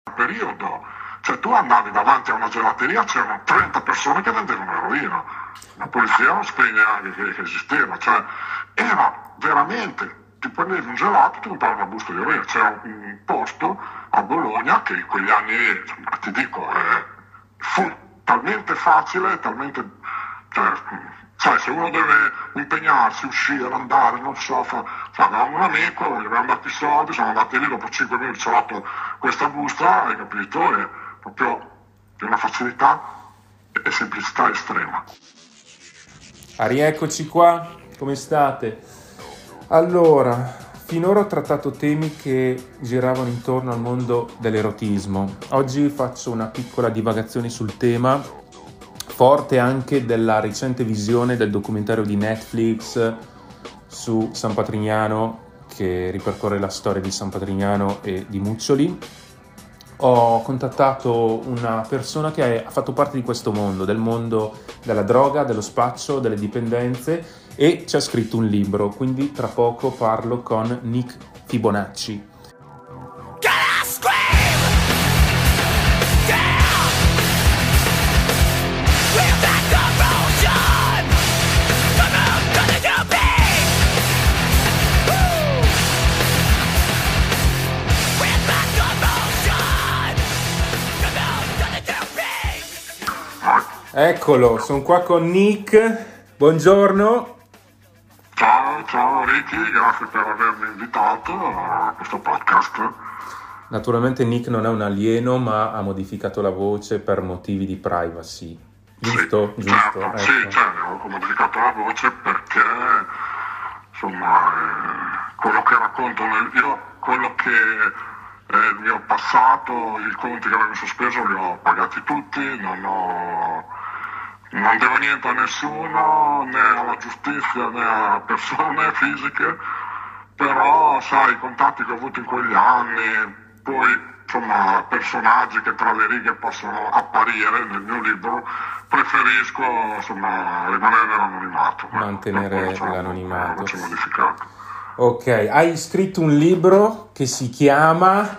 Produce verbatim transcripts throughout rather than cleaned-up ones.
periodo, cioè tu andavi davanti a una gelateria, c'erano trenta persone che vendevano eroina, la polizia non sapeva neanche che, che esisteva, cioè era veramente, ti prendevi un gelato e ti compravi una busta di eroina. C'era un posto a Bologna che in quegli anni, insomma, ti dico, eh, fu talmente facile, talmente, cioè, sai, se uno deve impegnarsi, uscire, andare, non so, fa, fa, avevamo un amico, gli avevamo dato i soldi, siamo andati lì, dopo cinque minuti ci ha dato questa busta, hai capito? E proprio di una facilità e semplicità estrema. Ah, rieccoci qua, come state? Allora, finora ho trattato temi che giravano intorno al mondo dell'erotismo. Oggi faccio una piccola divagazione sul tema, forte anche della recente visione del documentario di Netflix su San Patrignano, che ripercorre la storia di San Patrignano e di Muccioli. Ho contattato una persona che ha fatto parte di questo mondo, del mondo della droga, dello spaccio, delle dipendenze, e ci ha scritto un libro, quindi tra poco parlo con Nick Fibonacci. Eccolo, sono qua con Nick, buongiorno. Ciao, ciao Ricky, grazie per avermi invitato a questo podcast. Naturalmente Nick non è un alieno, ma ha modificato la voce per motivi di privacy, giusto? Sì, giusto? certo, Ecco. sì, cioè, ho modificato la voce perché, insomma, eh, quello che racconto, nel, io quello che è il mio passato, i conti che avevo sospeso li ho pagati tutti, non ho... Non devo niente a nessuno, né alla giustizia né a persone fisiche, però sai, i contatti che ho avuto in quegli anni, poi insomma personaggi che tra le righe possono apparire nel mio libro, preferisco insomma rimanere nell'anonimato. Mantenere eh, l'anonimato. L'ho modificato. Ok, hai scritto un libro che si chiama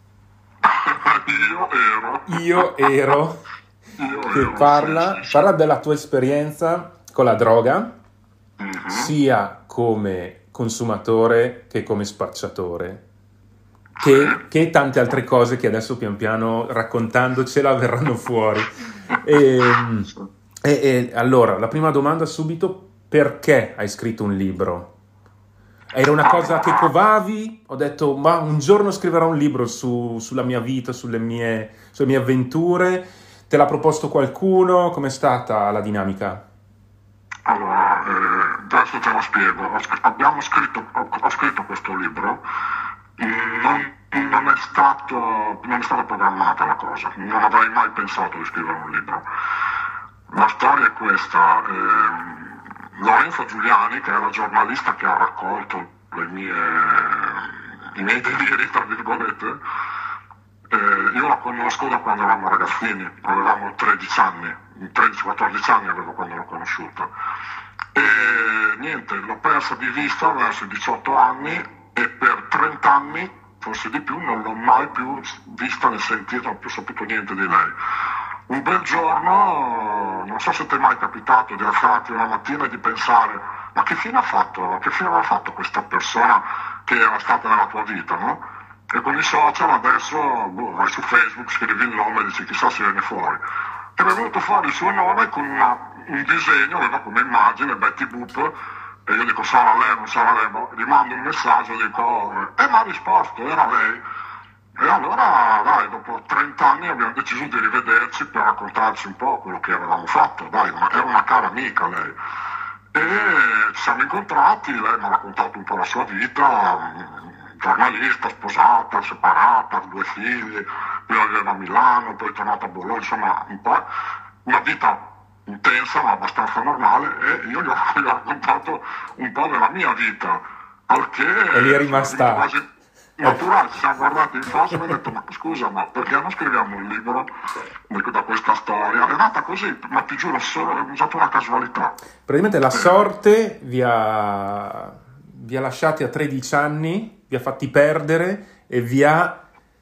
Io ero. Io ero. Che parla, sì, sì, sì. parla della tua esperienza con la droga, Mm-hmm. sia come consumatore che come spacciatore, che, che tante altre cose che adesso pian piano raccontandocela verranno fuori. E, e, e allora, la prima domanda subito: perché hai scritto un libro? Era una cosa che covavi? Ho detto, ma un giorno scriverò un libro su, sulla mia vita, sulle mie, sulle mie avventure. Te l'ha proposto qualcuno? Com'è stata la dinamica? Allora, eh, adesso te lo spiego. Ho, sc- abbiamo scritto, ho, ho scritto questo libro, mm, non, non, è stato, non è stata programmata la cosa, non avrei mai pensato di scrivere un libro. La storia è questa. Eh, Lorenzo Giuliani, che è la giornalista che ha raccolto le mie, i miei deliri, tra virgolette, Eh, io la conosco da quando eravamo ragazzini, avevamo tredici anni, tredici quattordici anni avevo quando l'ho conosciuta. E niente, l'ho persa di vista verso i diciotto anni e per trenta anni, forse di più, non l'ho mai più vista né sentita, non ho più saputo niente di lei. Un bel giorno, non so se ti è mai capitato di alzarti una mattina e di pensare, ma che fine ha fatto, che fine aveva fatto questa persona che era stata nella tua vita, no? E con i social adesso boh, vai su Facebook, scrivi il nome e dici chissà se viene fuori. E mi è venuto fuori il suo nome con una, un disegno, aveva come immagine Betty Boop, e io dico sarà lei, non sarà lei, boh, gli mando un messaggio e dico, e mi ha risposto, era lei. E allora dai, dopo trenta anni abbiamo deciso di rivederci per raccontarci un po' quello che avevamo fatto, dai, una, era una cara amica lei. E ci siamo incontrati, lei mi ha raccontato un po' la sua vita, giornalista, sposata, separata, due figli, io vivevo a Milano, poi tornato a Bologna, insomma un po' una vita intensa ma abbastanza normale, e io gli ho, gli ho raccontato un po' della mia vita, al che e lì è rimasta quasi naturale, ci siamo guardati in faccia e mi ha detto ma scusa, ma perché non scriviamo un libro da questa storia? È nata così, ma ti giuro, solo, è stata una casualità. Praticamente la sorte vi ha, vi ha lasciati a tredici anni, vi ha fatti perdere e vi ha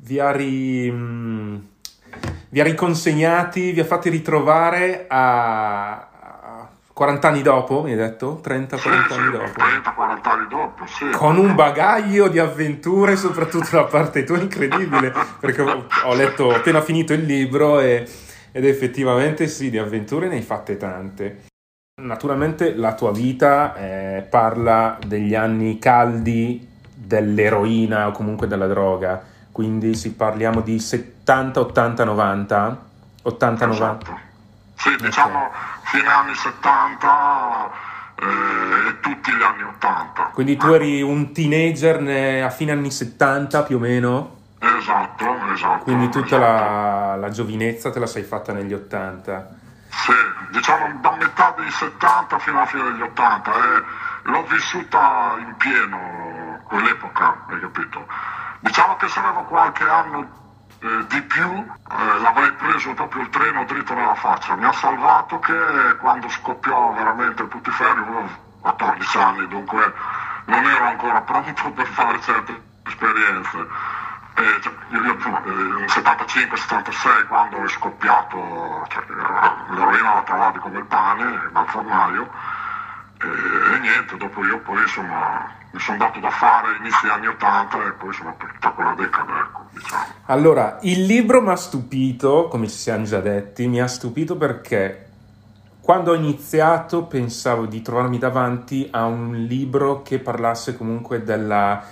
vi ha, ri, mh, vi ha riconsegnati, vi ha fatti ritrovare a quaranta anni dopo, mi hai detto? trenta quaranta sì, anni sì, dopo. trenta quaranta anni dopo, sì. Con un bagaglio di avventure, soprattutto da parte tua, incredibile, perché ho, ho letto, ho appena finito il libro e, ed effettivamente sì, di avventure ne hai fatte tante. Naturalmente la tua vita eh, parla degli anni caldi dell'eroina o comunque della droga, quindi si parliamo di settanta, ottanta, novanta, ottanta, novanta. Esatto. Sì, diciamo okay. Fine anni settanta eh, e tutti gli anni ottanta. Quindi tu eri un teenager ne, a fine anni settanta più o meno? Esatto, esatto. Quindi tutta esatto. La, la giovinezza te la sei fatta negli ottanta? Sì, diciamo da metà dei settanta fino alla fine degli ottanta. Eh, l'ho vissuta in pieno quell'epoca, hai capito? Diciamo che se avevo qualche anno Eh, di più eh, l'avrei preso proprio il treno dritto nella faccia. Mi ha salvato che quando scoppiò veramente il putiferio, avevo quattordici anni, dunque non ero ancora pronto per fare certe esperienze. Eh, cioè, io, io nel settantacinque settantasei, quando è scoppiato, cioè, l'eroina la trovavi come il pane dal fornaio, eh, e niente, dopo io poi insomma mi sono dato da fare inizi anni ottanta e poi sono per tutta quella decade, ecco, diciamo. Allora, il libro mi ha stupito, come ci siamo già detti, mi ha stupito perché quando ho iniziato pensavo di trovarmi davanti a un libro che parlasse comunque della,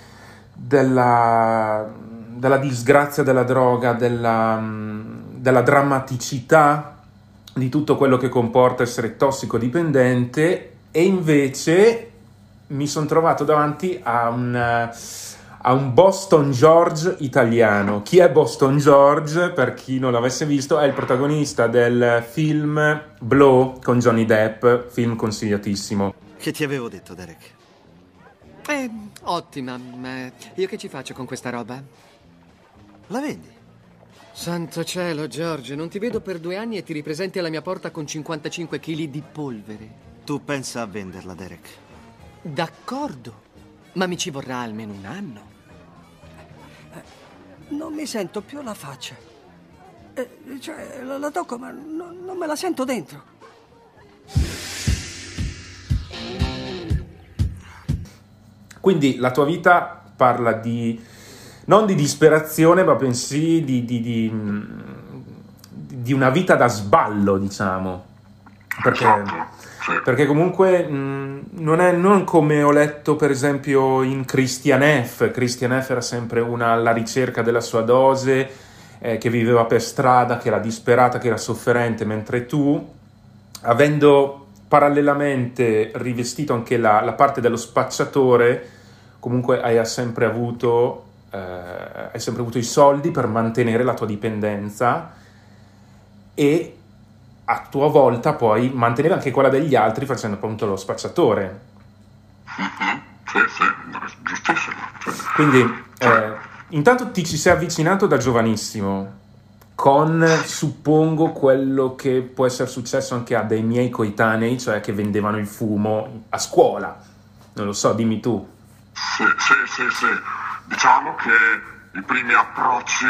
della, della disgrazia della droga, della, della drammaticità di tutto quello che comporta essere tossicodipendente, e invece mi sono trovato davanti a un, a un Boston George italiano. Chi è Boston George? Per chi non l'avesse visto, è il protagonista del film Blow con Johnny Depp, film consigliatissimo. Che ti avevo detto, Derek? Eh, ottima, ma io che ci faccio con questa roba? La vendi? Santo cielo, George, non ti vedo per due anni e ti ripresenti alla mia porta con cinquantacinque chili di polvere. Tu pensa a venderla, Derek? D'accordo, ma mi ci vorrà almeno un anno. Eh, non mi sento più la faccia. Eh, cioè, la, la tocco, ma no, non me la sento dentro. Quindi la tua vita parla di, non di disperazione, ma bensì di, di, di, di una vita da sballo, diciamo. Perché... Perché comunque mh, non è non come ho letto per esempio in Christian F. Christian F. era sempre una alla ricerca della sua dose, eh, che viveva per strada, che era disperata, che era sofferente, mentre tu, avendo parallelamente rivestito anche la, la parte dello spacciatore, comunque hai sempre avuto, eh, hai sempre avuto i soldi per mantenere la tua dipendenza e a tua volta poi mantenere anche quella degli altri facendo appunto lo spacciatore. Mm-hmm. Sì, sì, giustissimo. Quindi eh, intanto ti ci sei avvicinato da giovanissimo con, suppongo, quello che può essere successo anche a dei miei coetanei, cioè che vendevano il fumo a scuola. Non lo so, dimmi tu. Sì, sì, sì, sì. Diciamo che i primi approcci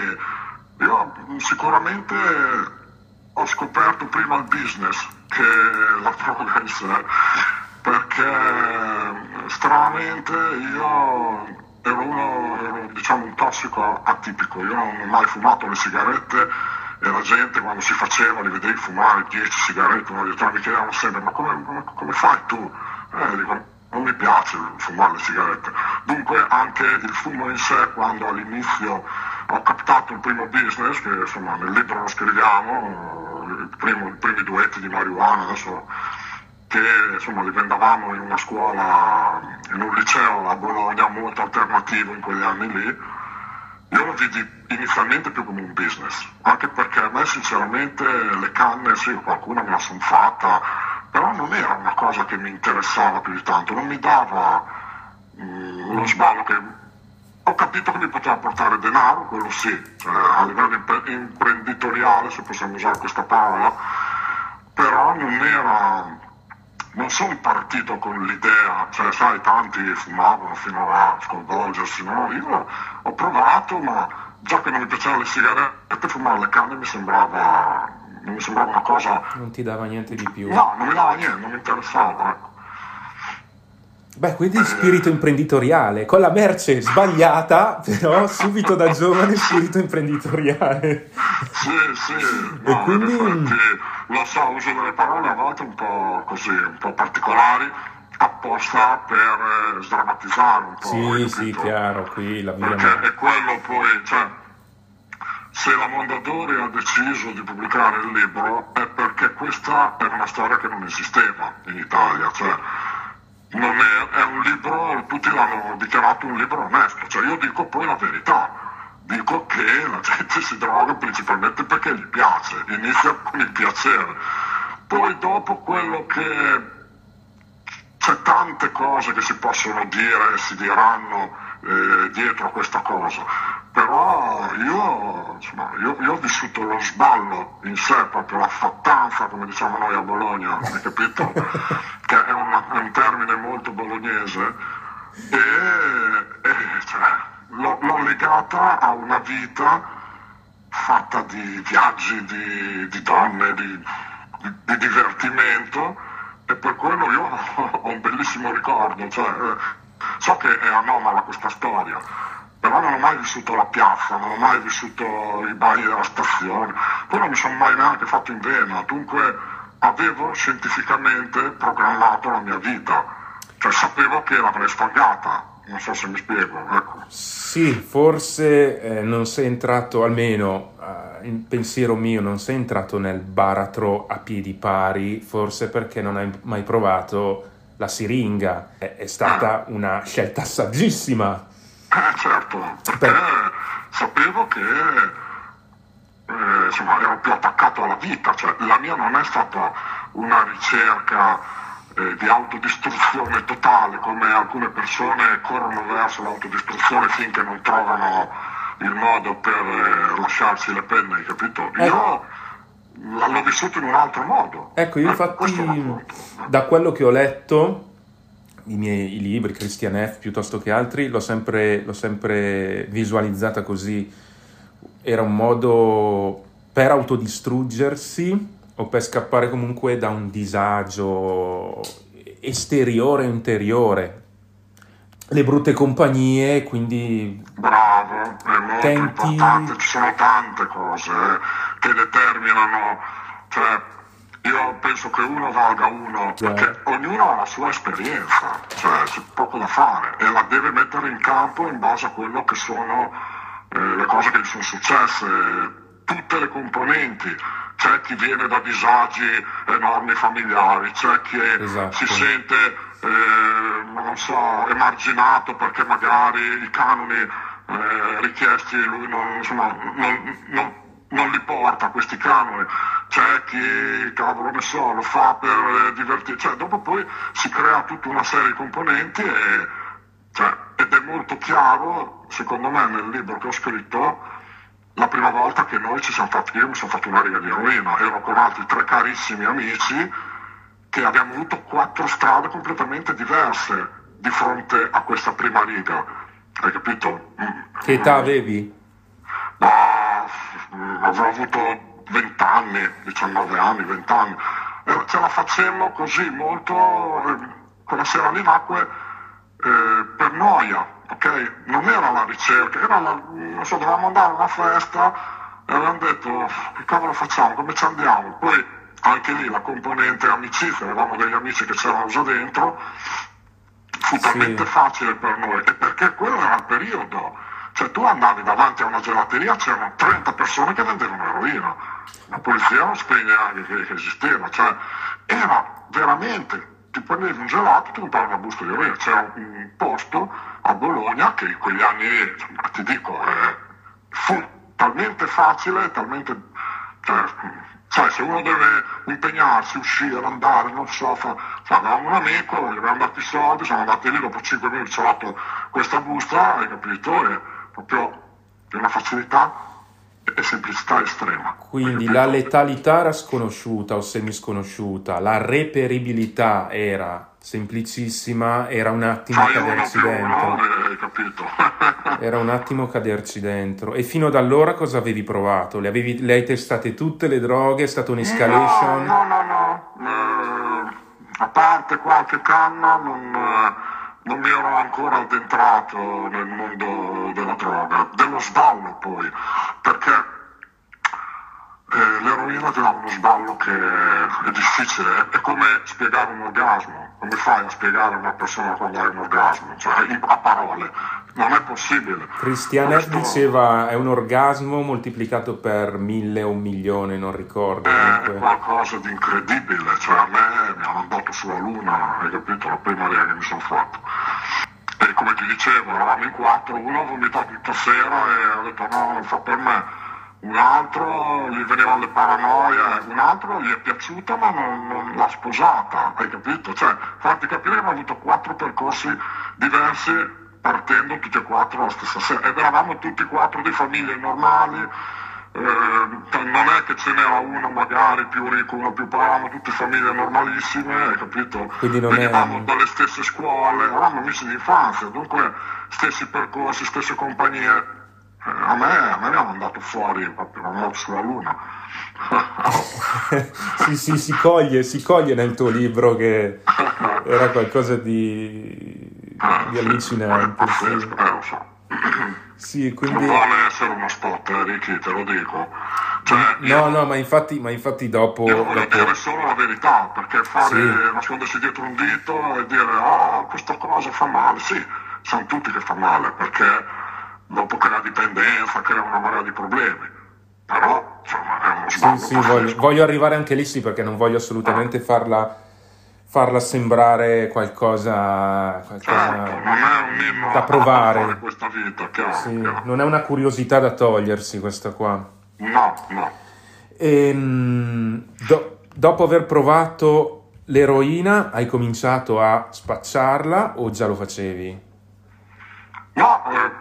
io sicuramente ho scoperto prima il business che la droga in sé, perché stranamente io ero uno, ero, diciamo, un tossico atipico. Io non ho mai fumato le sigarette e la gente quando si faceva li vedevi fumare dieci sigarette, no? Mi chiedevano sempre ma come, come, come fai tu? Eh, dico, non mi piace fumare le sigarette. Dunque anche il fumo in sé, quando all'inizio ho captato il primo business, che insomma nel libro lo scriviamo, il primo, i primi duetti di marijuana, adesso che insomma li vendavamo in una scuola, in un liceo a Bologna molto alternativo in quegli anni lì. Io lo vidi inizialmente più come un business, anche perché a me sinceramente le canne, sì, qualcuna me la sono fatta, però non era una cosa che mi interessava più di tanto, non mi dava mh, uno sballo che... Ho capito che mi poteva portare denaro, quello sì, cioè, a livello impre- imprenditoriale, se possiamo usare questa parola, però non era non sono partito con l'idea, cioè sai, tanti fumavano fino a sconvolgersi, no? Io ho provato, ma già che non mi piacevano le sigarette, fumare le canne mi sembrava, non mi sembrava una cosa... Non ti dava niente di più. No, non mi dava niente, non mi interessava, ecco. Beh, quindi spirito imprenditoriale, con la merce sbagliata, però subito da giovane spirito imprenditoriale. Sì, sì, E no, quindi- in effetti, lo so, uso delle parole a volte un po' così, un po' particolari, apposta per eh, sdrammatizzare un po'. Sì, hai sì, capito? chiaro, qui la Perché viviamo. è quello poi, cioè, se la Mondadori ha deciso di pubblicare il libro è perché questa è una storia che non esisteva in Italia, cioè non è, è un libro, tutti l'hanno dichiarato un libro onesto, cioè io dico poi la verità, dico che la gente si droga principalmente perché gli piace, inizia con il piacere, poi dopo quello che c'è tante cose che si possono dire e si diranno eh, dietro a questa cosa, però io, insomma, io, io ho vissuto lo sballo in sé, proprio la fattanza, come diciamo noi a Bologna, hai capito? Che è, una, è un termine molto bolognese, e, e cioè, l'ho, l'ho legata a una vita fatta di viaggi, di, di donne, di, di, di divertimento, e per quello io ho un bellissimo ricordo, cioè, eh, so che è anomala questa storia, però non ho mai vissuto la piazza, non ho mai vissuto i bagni della stazione, poi non mi sono mai neanche fatto in vena, dunque avevo scientificamente programmato la mia vita, cioè sapevo che l'avrei sfogata, non so se mi spiego, ecco. Sì, forse eh, non sei entrato, almeno eh, in pensiero mio, non sei entrato nel baratro a piedi pari, forse perché non hai mai provato la siringa. È, è stata una scelta saggissima. Eh certo, perché Beh. sapevo che eh, insomma, ero più attaccato alla vita, cioè la mia non è stata una ricerca eh, di autodistruzione totale, come alcune persone corrono verso l'autodistruzione finché non trovano il modo per eh, lasciarsi le penne, hai capito? Io l- l'ho vissuto in un altro modo. Ecco, io Eh, questo è il infatti, punto. da quello che ho letto, i miei i libri, Christian F. piuttosto che altri, l'ho sempre, l'ho sempre visualizzata così. Era un modo per autodistruggersi o per scappare comunque da un disagio esteriore o interiore. Le brutte compagnie, quindi Bravo, è molto Tenti- importante, ci sono tante cose eh, che determinano, cioè io penso che uno valga uno, Cioè. perché ognuno ha la sua esperienza, cioè c'è poco da fare e la deve mettere in campo in base a quello che sono eh, le cose che gli sono successe, tutte le componenti. C'è chi viene da disagi enormi familiari, c'è chi Esatto. si sente eh, non so, emarginato perché magari i canoni eh, richiesti lui non, insomma, non, non, non li porta questi canoni, c'è chi, cavolo ne so, lo fa per eh, divertirsi, cioè dopo poi si crea tutta una serie di componenti e, cioè, ed è molto chiaro, secondo me, nel libro che ho scritto, la prima volta che noi ci siamo fatti, io mi sono fatto una riga di eroina, ero con altri tre carissimi amici che abbiamo avuto quattro strade completamente diverse di fronte a questa prima riga, hai capito? che età avevi? Ma mm, avrò avuto venti anni, diciannove anni, venti anni, e ce la facemmo così molto, eh, quella sera lì nacque eh, per noia, ok? Non era la ricerca, era la, non so, dovevamo andare a una festa e avevamo detto che cavolo facciamo, come ci andiamo? Poi anche lì la componente amicizia, avevamo degli amici che c'erano già dentro, fu Sì. talmente facile per noi, e perché quello era il periodo, cioè tu andavi davanti a una gelateria, c'erano trenta persone che vendevano eroina, la polizia non sapeva neanche che, che esisteva, cioè era veramente, ti prendevi un gelato, ti compravi una busta di eroina, c'era un posto a Bologna che in quegli anni, insomma, ti dico, eh, fu talmente facile, talmente, cioè, sai, se uno deve impegnarsi, uscire, andare, non so, fa, cioè, avevamo un amico, gli avevamo dato i soldi, siamo andati lì, dopo cinque minuti ci ha dato questa busta, hai capito, e proprio di una facilità e semplicità estrema. Quindi la letalità era sconosciuta o semisconosciuta, la reperibilità era semplicissima, era un attimo Fai caderci uno più dentro. uno, hai capito? Era un attimo caderci dentro. E fino ad allora cosa avevi provato? Le, avevi, le hai testate tutte le droghe? È stata un'escalation? No, no, no, no. Eh, a parte qualche canna non, eh, non mi ero ancora addentrato nel mondo della droga, dello sballo poi, perché eh, l'eroina ti dà uno sballo che è difficile, è come spiegare un orgasmo, come fai a spiegare a una persona quando hai un orgasmo, cioè a parole, non è possibile. Christian F. diceva è un orgasmo moltiplicato per mille o un milione, non ricordo. È Comunque. qualcosa di incredibile, cioè a me mi hanno mandato sulla luna, hai capito, la prima idea che mi sono fatto. E come ti dicevo, eravamo in quattro, uno ha vomitato tutta sera e ha detto no, non fa per me. Un altro gli venivano le paranoie, un altro gli è piaciuta ma non, non l'ha sposata, hai capito? Cioè, farti capire che abbiamo avuto quattro percorsi diversi partendo tutti e quattro la stessa sera ed eravamo tutti e quattro di famiglie normali, eh, non è che ce n'era uno magari più ricco, uno più povero, eravamo tutte famiglie normalissime, hai capito? Quindi non venivamo è... dalle stesse scuole, eravamo amici di infanzia, dunque stessi percorsi, stesse compagnie. A me, a me mi hanno mandato fuori proprio una notte sulla luna. sì, sì, si coglie, si coglie nel tuo libro che era qualcosa di, di allucinante. Sì, Sì. eh, lo so. Sì, quindi... Non vuole essere uno spot, eh, Ricky, te lo dico. Cioè, no, io, no, ma infatti, ma infatti dopo... io voglio dopo... dire solo la verità, perché fare, sì. nascondersi dietro un dito e dire ah, questa cosa fa male, sì, sanno tutti che fa male, perché dopo crea dipendenza, crea una marea di problemi, però insomma è uno sballo. Sì, sì, voglio, voglio arrivare anche lì, sì, perché non voglio assolutamente farla, farla sembrare qualcosa, qualcosa certo, non è un inno da provare. A questa vita, chiaro, sì, chiaro. Non è una curiosità da togliersi questa qua. No, no. E, do, dopo aver provato l'eroina, hai cominciato a spacciarla o già lo facevi? No, eh,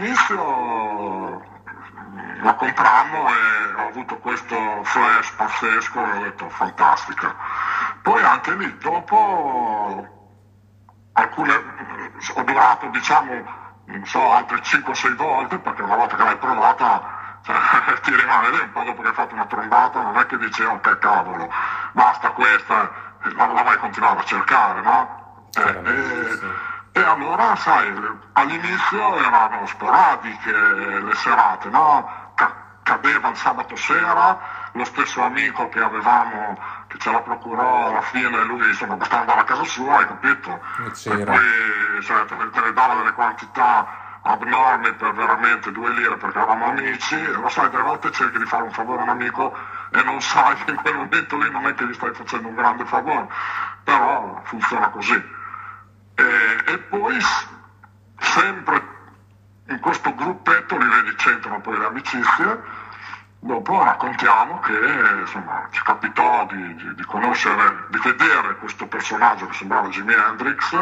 all'inizio la comprammo e ho avuto questo flash pazzesco e ho detto fantastica. Poi anche lì, dopo alcune, ho durato diciamo, non so, altre cinque o sei volte, perché una volta che l'hai provata cioè, ti rimane lì, un po' dopo che hai fatto una trombata, non è che dici oh che cavolo, basta questa, la, la vai a continuare a cercare, no? Eh, eh, sì. E allora, sai, all'inizio erano sporadiche le serate, no? Ca- cadeva il sabato sera, lo stesso amico che avevamo, che ce la procurò alla fine, lui insomma bastava andare a casa sua, hai capito? C'era. E poi cioè, te, te ne dava delle quantità abnormi per veramente due lire perché eravamo amici, e lo sai, delle volte cerchi di fare un favore a un amico e non sai che in quel momento lì non è che gli stai facendo un grande favore, però funziona così. E, e poi sempre in questo gruppetto li vedi, c'entrano poi le amicizie, dopo raccontiamo che insomma ci capitò di, di, di conoscere, di vedere questo personaggio che sembrava Jimi Hendrix,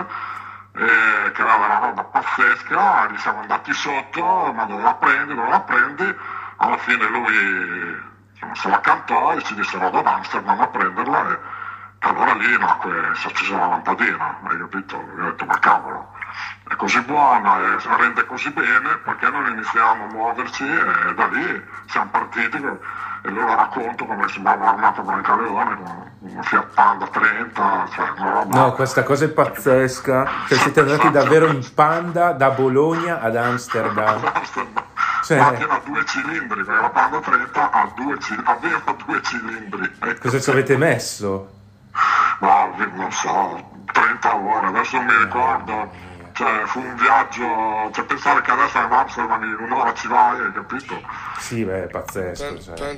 eh, che aveva una roba pazzesca, gli siamo andati sotto, ma dove la prendi, dove la prendi, alla fine lui insomma, se la cantò e ci disse vado ad Amsterdam a prenderla e allora lì nacque, si accese la lampadina, hai capito? Io ho detto ma cavolo, è così buona e rende così bene, perché non iniziamo a muoverci e da lì siamo partiti e lo racconto come sembrava armato Brancaleone con una Fiat Panda trenta, cioè una roba... No, questa cosa è pazzesca, cioè siete andati davvero in Panda da Bologna ad Amsterdam. Amsterdam. Cioè... macchina a due cilindri, perché la Panda trenta ha due cilindri, aveva due cilindri. Cosa ci avete messo? No, non so, trenta ore, adesso non mi ricordo, cioè fu un viaggio, cioè pensare che adesso ad Amsterdam in un'ora ci vai, hai capito? Sì, beh, è pazzesco, cioè.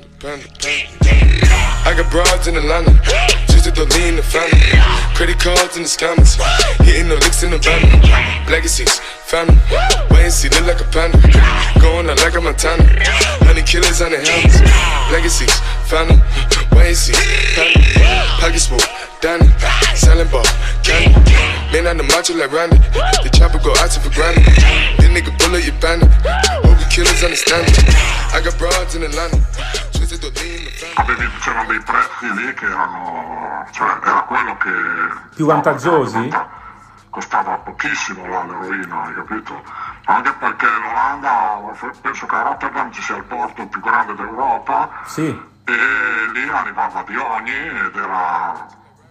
I got broads in Atlanta, just at the lean the family, credit cards in the scammers, hitting the licks in the van, legacies, family, wait and see, look like a panda, going out like a Montana, honey killers on the helmets, legacies, family, wait and see, family, pockets full, Danny, selling ball, candy, man on the macho like Randy, the chopper go out to for granted, this nigga bullet you bandit, killers understand me. I got broads in Atlanta. Twisted the lean, the family. Avevi, c'erano dei prezzi lì che erano, cioè era quello che più vantaggiosi? Costava pochissimo là l'eroina, hai capito? Anche perché l'Olanda, penso che a Rotterdam ci sia il porto più grande d'Europa, sì, e lì arrivava di ogni ed era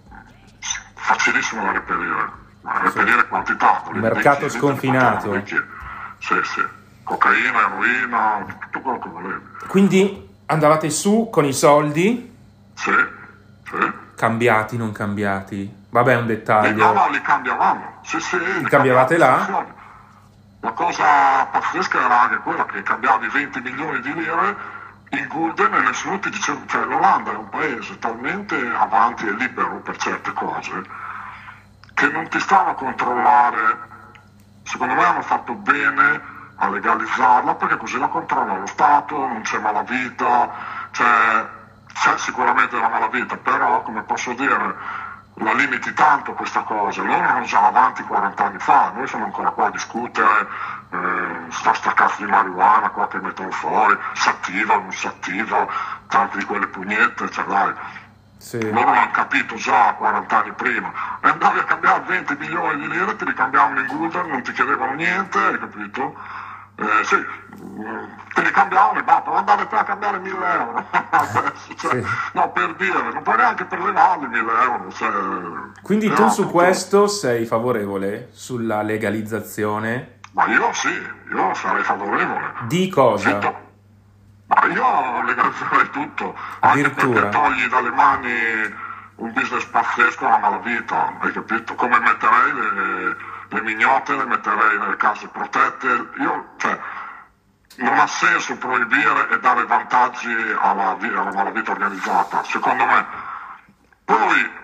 facilissimo da reperire, reperire sì. Quantità. Mercato vecchi, sconfinato. Vecchi. Sì, sì, cocaina, eroina, tutto quello che volevi. Quindi andavate su con i soldi? Sì, sì. Cambiati, non cambiati? Vabbè, è un dettaglio. No, no, li cambiavamo. Sì, sì, li cambiavate là? La cosa pazzesca era anche quella che cambiavi venti milioni di lire in gulden e nessuno ti diceva, cioè l'Olanda è un paese talmente avanti e libero per certe cose che non ti stava a controllare. Secondo me hanno fatto bene a legalizzarla perché così la controlla lo Stato, non c'è malavita, c'è, c'è sicuramente la malavita, però come posso dire la limiti tanto questa cosa. Loro erano già avanti quaranta anni fa, noi siamo ancora qua a discutere eh, sta, sta cazzo di marijuana qua che mettono fuori, si attiva o non si attiva, tante di quelle pugnette, cioè dai. Sì. Loro l'hanno capito già quaranta anni prima e andavi a cambiare venti milioni di lire, ti ricambiavano in gulden, non ti chiedevano niente, hai capito? Eh, sì, te li cambiavano e basta, andare a cambiare mille euro. Cioè, sì. No, per dire, non puoi neanche prelevarli mille euro. Cioè, quindi tu su tutto... questo sei favorevole sulla legalizzazione? Ma io sì, io sarei favorevole. Di cosa? Sento... Ma io legalizzerei tutto, addirittura anche perché togli dalle mani un business pazzesco alla malavita, hai capito? Come metterei le, le mignotte, le metterei nelle case protette. Io, cioè, non ha senso proibire e dare vantaggi alla, alla malavita organizzata, secondo me. Poi,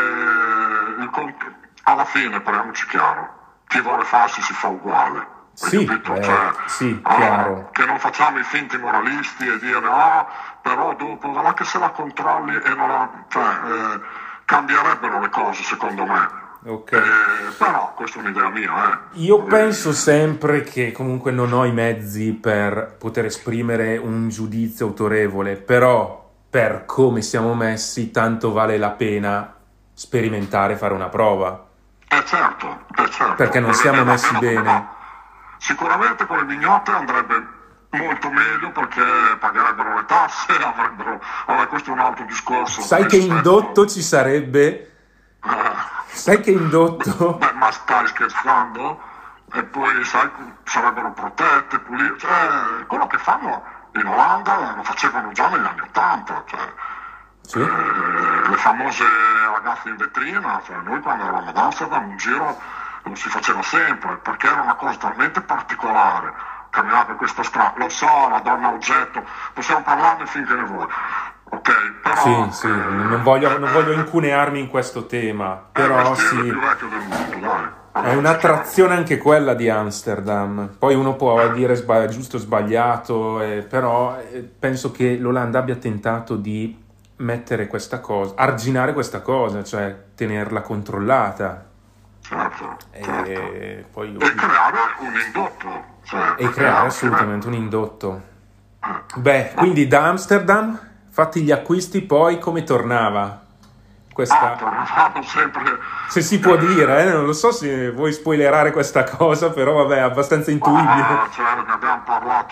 eh, il, alla fine, parliamoci chiaro, chi vuole farsi si fa uguale. Sì, eh, cioè, sì, allora, che non facciamo i finti moralisti e dire ah, però dopo, guarda che se la controlli e non la, cioè, eh, cambierebbero le cose secondo me. Okay. Eh, però questa è un'idea mia. Eh. Io penso sempre che comunque non ho i mezzi per poter esprimere un giudizio autorevole, però per come siamo messi tanto vale la pena sperimentare, fare una prova. Eh certo, eh certo. Perché non siamo messi bene. Sicuramente con le mignotte andrebbe molto meglio perché pagherebbero le tasse, avrebbero... Vabbè, questo è un altro discorso. Sai che indotto ci sarebbe? Eh. Sai che indotto? Beh, ma stai scherzando? E poi, sai, sarebbero protette, pulite... Cioè, quello che fanno in Olanda lo facevano già negli anni Ottanta, cioè... Sì. Eh, le famose ragazze in vetrina, cioè noi quando eravamo ad Amsterdam un giro lo si faceva sempre perché era una cosa talmente particolare camminare per questa strada, lo so, la donna oggetto, possiamo parlarne finché ne vuoi, ok? Però, sì, sì, eh, non voglio, non voglio incunearmi in questo tema, però sì, più vecchio del mondo, dai. È un'attrazione anche quella di Amsterdam. Poi uno può dire sbagli- giusto o sbagliato, eh, però eh, penso che l'Olanda abbia tentato di mettere questa cosa, arginare questa cosa, cioè tenerla controllata. Certo, certo. E, poi, e creare un indotto. Cioè, e creare assolutamente un indotto. Beh, quindi da Amsterdam, fatti gli acquisti, poi come tornava? Questa... Ah, tornavamo sempre... Se si può dire, eh? Non lo so se vuoi spoilerare questa cosa, però vabbè, è abbastanza intuibile. Ah, cioè, ne abbiamo parlato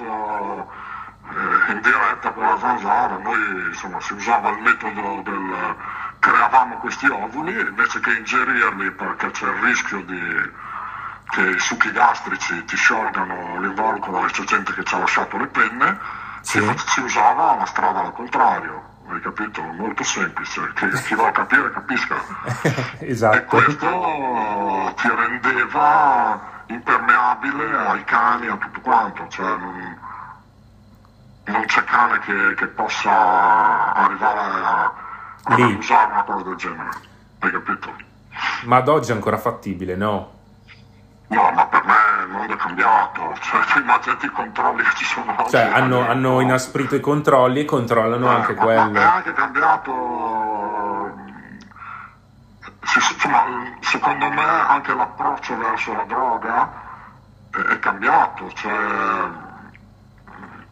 eh, in diretta con la Zanzara, noi insomma si usava il metodo del... creavamo questi ovuli invece che ingerirli perché c'è il rischio di che i succhi gastrici ti sciolgano l'involucro, c'è gente che ci ha lasciato le penne, sì. si, si usava la strada al contrario, hai capito? Molto semplice, che chi vuole capire capisca. Esatto. E questo ti rendeva impermeabile ai cani, a tutto quanto, cioè non, non c'è cane che, che possa arrivare a Lì. usare una cosa del genere, hai capito? Ma ad oggi è ancora fattibile, no? No, ma per me non è cambiato, cioè tu immaginati i controlli che ci sono oggi. Cioè hanno, hanno inasprito i controlli e controllano eh, anche ma, quello. Ma è anche cambiato, insomma, secondo me anche l'approccio verso la droga è, è cambiato, cioè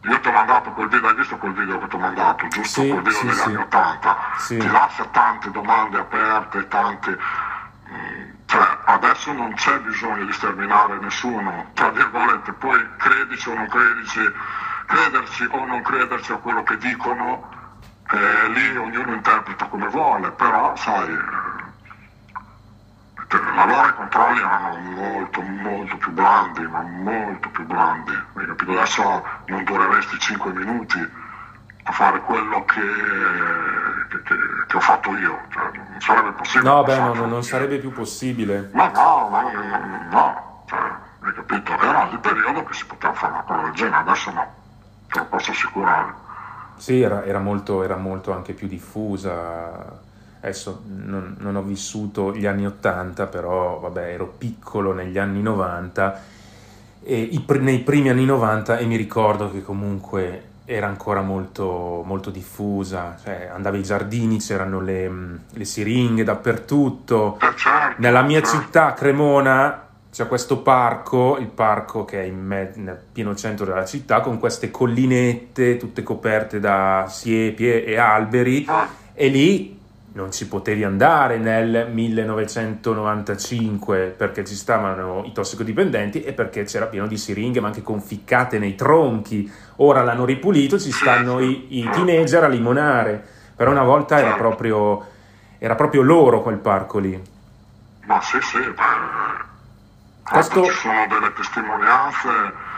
io ti ho mandato quel video, hai visto quel video che ti ho mandato, giusto? Sì, quel video sì, degli sì. anni ottanta, Sì. ti lascia tante domande aperte, tante... mh, cioè, adesso non c'è bisogno di sterminare nessuno, tra virgolette, poi credici o non credici, crederci o non crederci a quello che dicono, eh, lì ognuno interpreta come vuole, però sai, eh, allora i controlli erano molto molto più blandi, ma molto più blandi, hai capito? Adesso non dureresti cinque minuti a fare quello che, che, che, che ho fatto io, cioè, non sarebbe possibile. No, beh, no, farlo. non sarebbe più possibile. Ma no, ma no, no, cioè, hai capito? Era il periodo che si poteva fare una cosa del genere, adesso no, te lo posso assicurare. Sì, era, era molto, era molto anche più diffusa. Adesso non, non ho vissuto gli anni ottanta, però vabbè, ero piccolo negli anni novanta, e i, pr- nei primi anni novanta, e mi ricordo che comunque era ancora molto, molto diffusa, cioè andavi ai giardini, c'erano le, le siringhe dappertutto. Eh, certo, Nella mia certo. città, Cremona, c'è questo parco, il parco che è in me- nel pieno centro della città, con queste collinette tutte coperte da siepi e alberi, e lì non ci potevi andare nel millenovecentonovantacinque perché ci stavano i tossicodipendenti e perché c'era pieno di siringhe, ma anche conficcate nei tronchi. Ora l'hanno ripulito, ci stanno i, i teenager a limonare, però una volta era proprio, era proprio loro quel parco lì. Ma sì, sì, beh, Questo- ci sono delle testimonianze,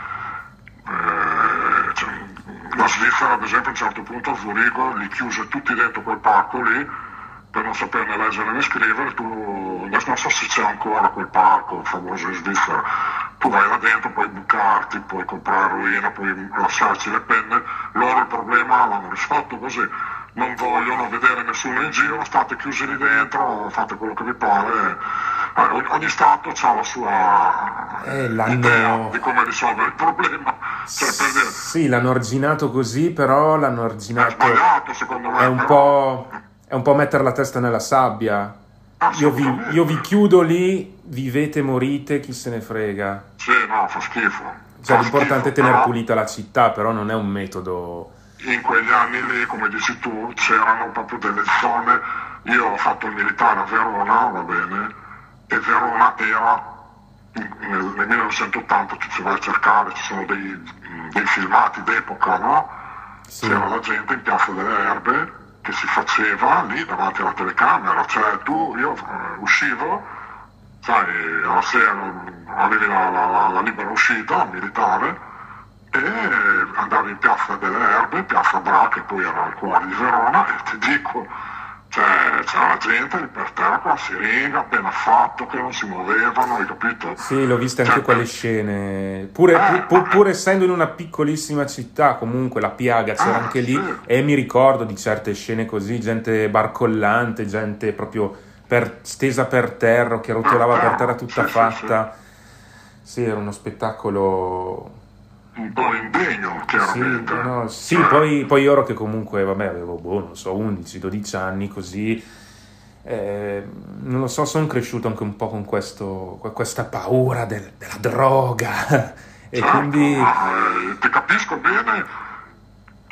eh, cioè, la Svizzera ad esempio a un certo punto a Zurigo li chiuse tutti dentro quel parco lì per non saperne leggere né scrivere. Tu adesso non so se c'è ancora quel parco famoso in Svizzera, tu vai là dentro, puoi bucarti, puoi comprare eroina, puoi lasciarci le penne, loro il problema l'hanno risolto così, non vogliono vedere nessuno in giro, state chiusi lì dentro, fate quello che vi pare. Eh, ogni, ogni stato ha la sua Eh, l'hanno- idea di come risolvere il problema, cioè per dire, Sì, l'hanno arginato così, però l'hanno è arginato... sbagliato secondo me, È un però- po', è un po' mettere la testa nella sabbia. Io vi, Assolutamente. io vi chiudo lì, vivete, morite, chi se ne frega. Sì, no, fa schifo. Cioè, Fa l'importante è schifo, tenere però pulita la città, però non è un metodo... in quegli anni lì, come dici tu, c'erano proprio delle zone. Io ho fatto il militare a Verona, va bene, e Verona era nel, nel millenovecentottanta, tu ci vai a cercare, ci sono dei, dei filmati d'epoca, no? Sì. C'era la gente in Piazza delle Erbe che si faceva lì davanti alla telecamera, cioè tu, io eh, uscivo, sai, alla sera avevi la, la, la, la libera uscita militare, e andavi in Piazza delle Erbe, Piazza Bra, che poi era il cuore di Verona, e ti dico, cioè, c'era la gente lì per terra con la siringa appena fatto, che non si muovevano, hai capito? Sì, l'ho viste anche Cioè, quelle scene. Pure, pu- pu- pur essendo in una piccolissima città, comunque la piaga c'era Ah, anche lì, sì. e mi ricordo di certe scene così, gente barcollante, gente proprio per- stesa per terra, che rotolava per terra tutta Sì, sì, fatta. Sì, era uno spettacolo... un po' indegno, Sì, chiaramente. no, sì, Cioè, poi, poi io ero che comunque, vabbè, avevo, boh, non so, undici dodici anni, così, eh, non lo so, sono cresciuto anche un po' con questo, con questa paura del- della droga, e certo, quindi, ma, eh, ti capisco bene, e,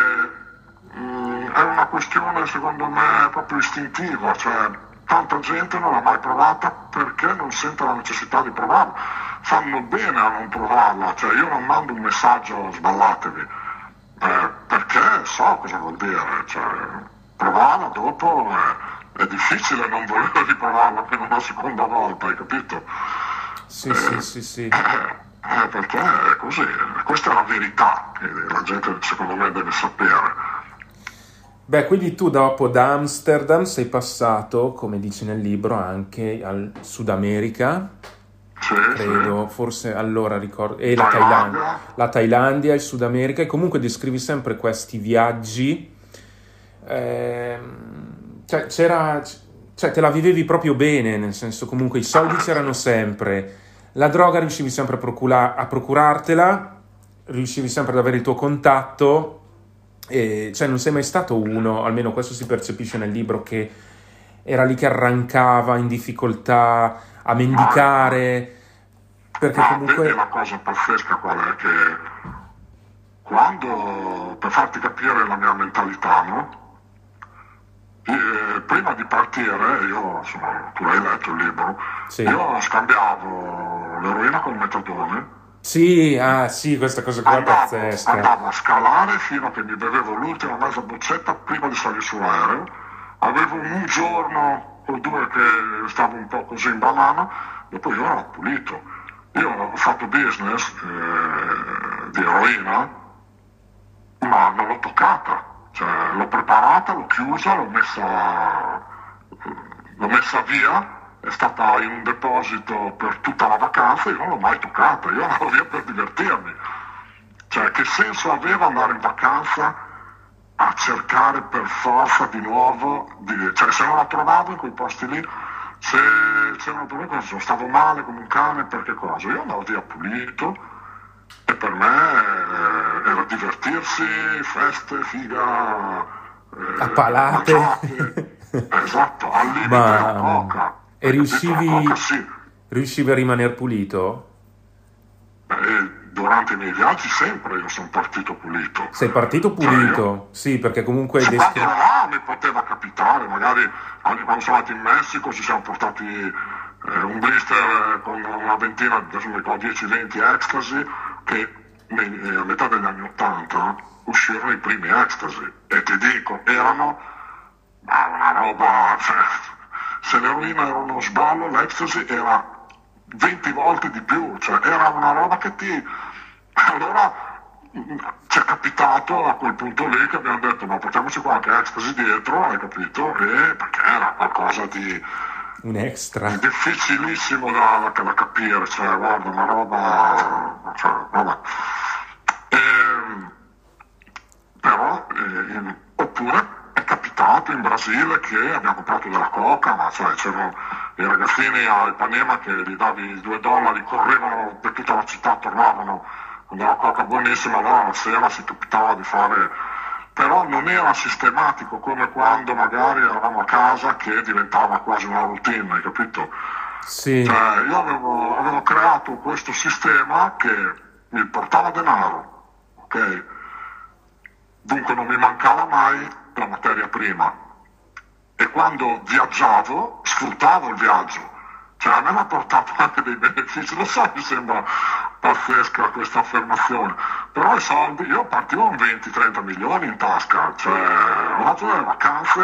mm, è una questione secondo me proprio istintiva, cioè tanta gente non l'ha mai provata perché non sente la necessità di provarla, fanno bene a non provarla, cioè io non mando un messaggio sballatevi, eh, perché so cosa vuol dire, cioè provarla dopo è, è difficile non voler riprovarla per una seconda volta, hai capito? sì, sì, sì, sì. Eh, perché è così, questa è la verità che la gente secondo me deve sapere. Beh, quindi tu dopo da Amsterdam sei passato, come dici nel libro, anche al Sud America, Sì, credo, sì. forse allora ricordo, e la Thailandia. Thailandia, la Thailandia, il Sud America, e comunque descrivi sempre questi viaggi, ehm, cioè c'era, cioè te la vivevi proprio bene, nel senso comunque i soldi c'erano sempre, la droga riuscivi sempre a, procura- a procurartela, riuscivi sempre ad avere il tuo contatto, e cioè non sei mai stato uno, almeno questo si percepisce nel libro, che era lì che arrancava in difficoltà a mendicare, perché Ma vedi comunque la cosa pazzesca qual è? Che quando, per farti capire la mia mentalità, no? E prima di partire, io, insomma, tu hai letto il libro, Sì. io scambiavo l'eroina con il metadone, Sì, ah sì, questa cosa qua è andavo, pazzesca. andavo a scalare fino a che mi bevevo l'ultima mezza boccetta prima di salire sull'aereo, avevo un giorno o due che stavo un po' così in banana, e poi io ero pulito. Io ho fatto business eh, di eroina, ma non l'ho toccata. Cioè, l'ho preparata, l'ho chiusa, l'ho messa, l'ho messa via, è stata in un deposito per tutta la vacanza, io non l'ho mai toccata, io andavo via per divertirmi. Cioè, che senso aveva andare in vacanza a cercare per forza di nuovo, di, cioè se non la trovavo in quei posti lì, se c'erano problemi, stavo male come un cane, per che cosa? Io andavo via pulito, e per me eh, era divertirsi, feste, figa, eh, A palate. mangiate, esatto, al limite Ma- la coca. E riuscivi, La coca sì, riuscivi a rimanere pulito? e durante i miei viaggi sempre io sono partito pulito. Sei partito pulito? Sì, perché comunque hai Se quando descritto... là mi poteva capitare, magari anche quando siamo andati in Messico ci siamo portati eh, un blister con una ventina, adesso mi ricordo dieci venti ecstasy, che nei- eh, a metà degli anni ottanta uscirono i primi ecstasy, e ti dico, erano ma una roba, cioè, se l'eroina era uno sballo, l'ecstasy era venti volte di più, cioè era una roba che ti... Allora mh, ci è capitato a quel punto lì che abbiamo detto ma portiamoci qualche ecstasy dietro, hai capito? E perché era qualcosa di, Un extra. di difficilissimo da, da, da capire, cioè guarda una roba, cioè, vabbè. Ehm, però eh, oppure è capitato in Brasile che abbiamo comprato della coca, ma cioè c'erano i ragazzini a Ipanema che gli davi due dollari, correvano per tutta la città, tornavano con della coca buonissima, allora la sera si capitava di fare, però non era sistematico come quando magari eravamo a casa che diventava quasi una routine, hai capito? Sì, Cioè, io avevo, avevo creato questo sistema che mi portava denaro, ok? Dunque non mi mancava mai la materia prima. E quando viaggiavo, sfruttavo il viaggio. Cioè, a me mi ha portato anche dei benefici. Lo so, mi sembra pazzesca questa affermazione. Però i soldi, io partivo con venti trenta milioni in tasca. Cioè, ho fatto delle vacanze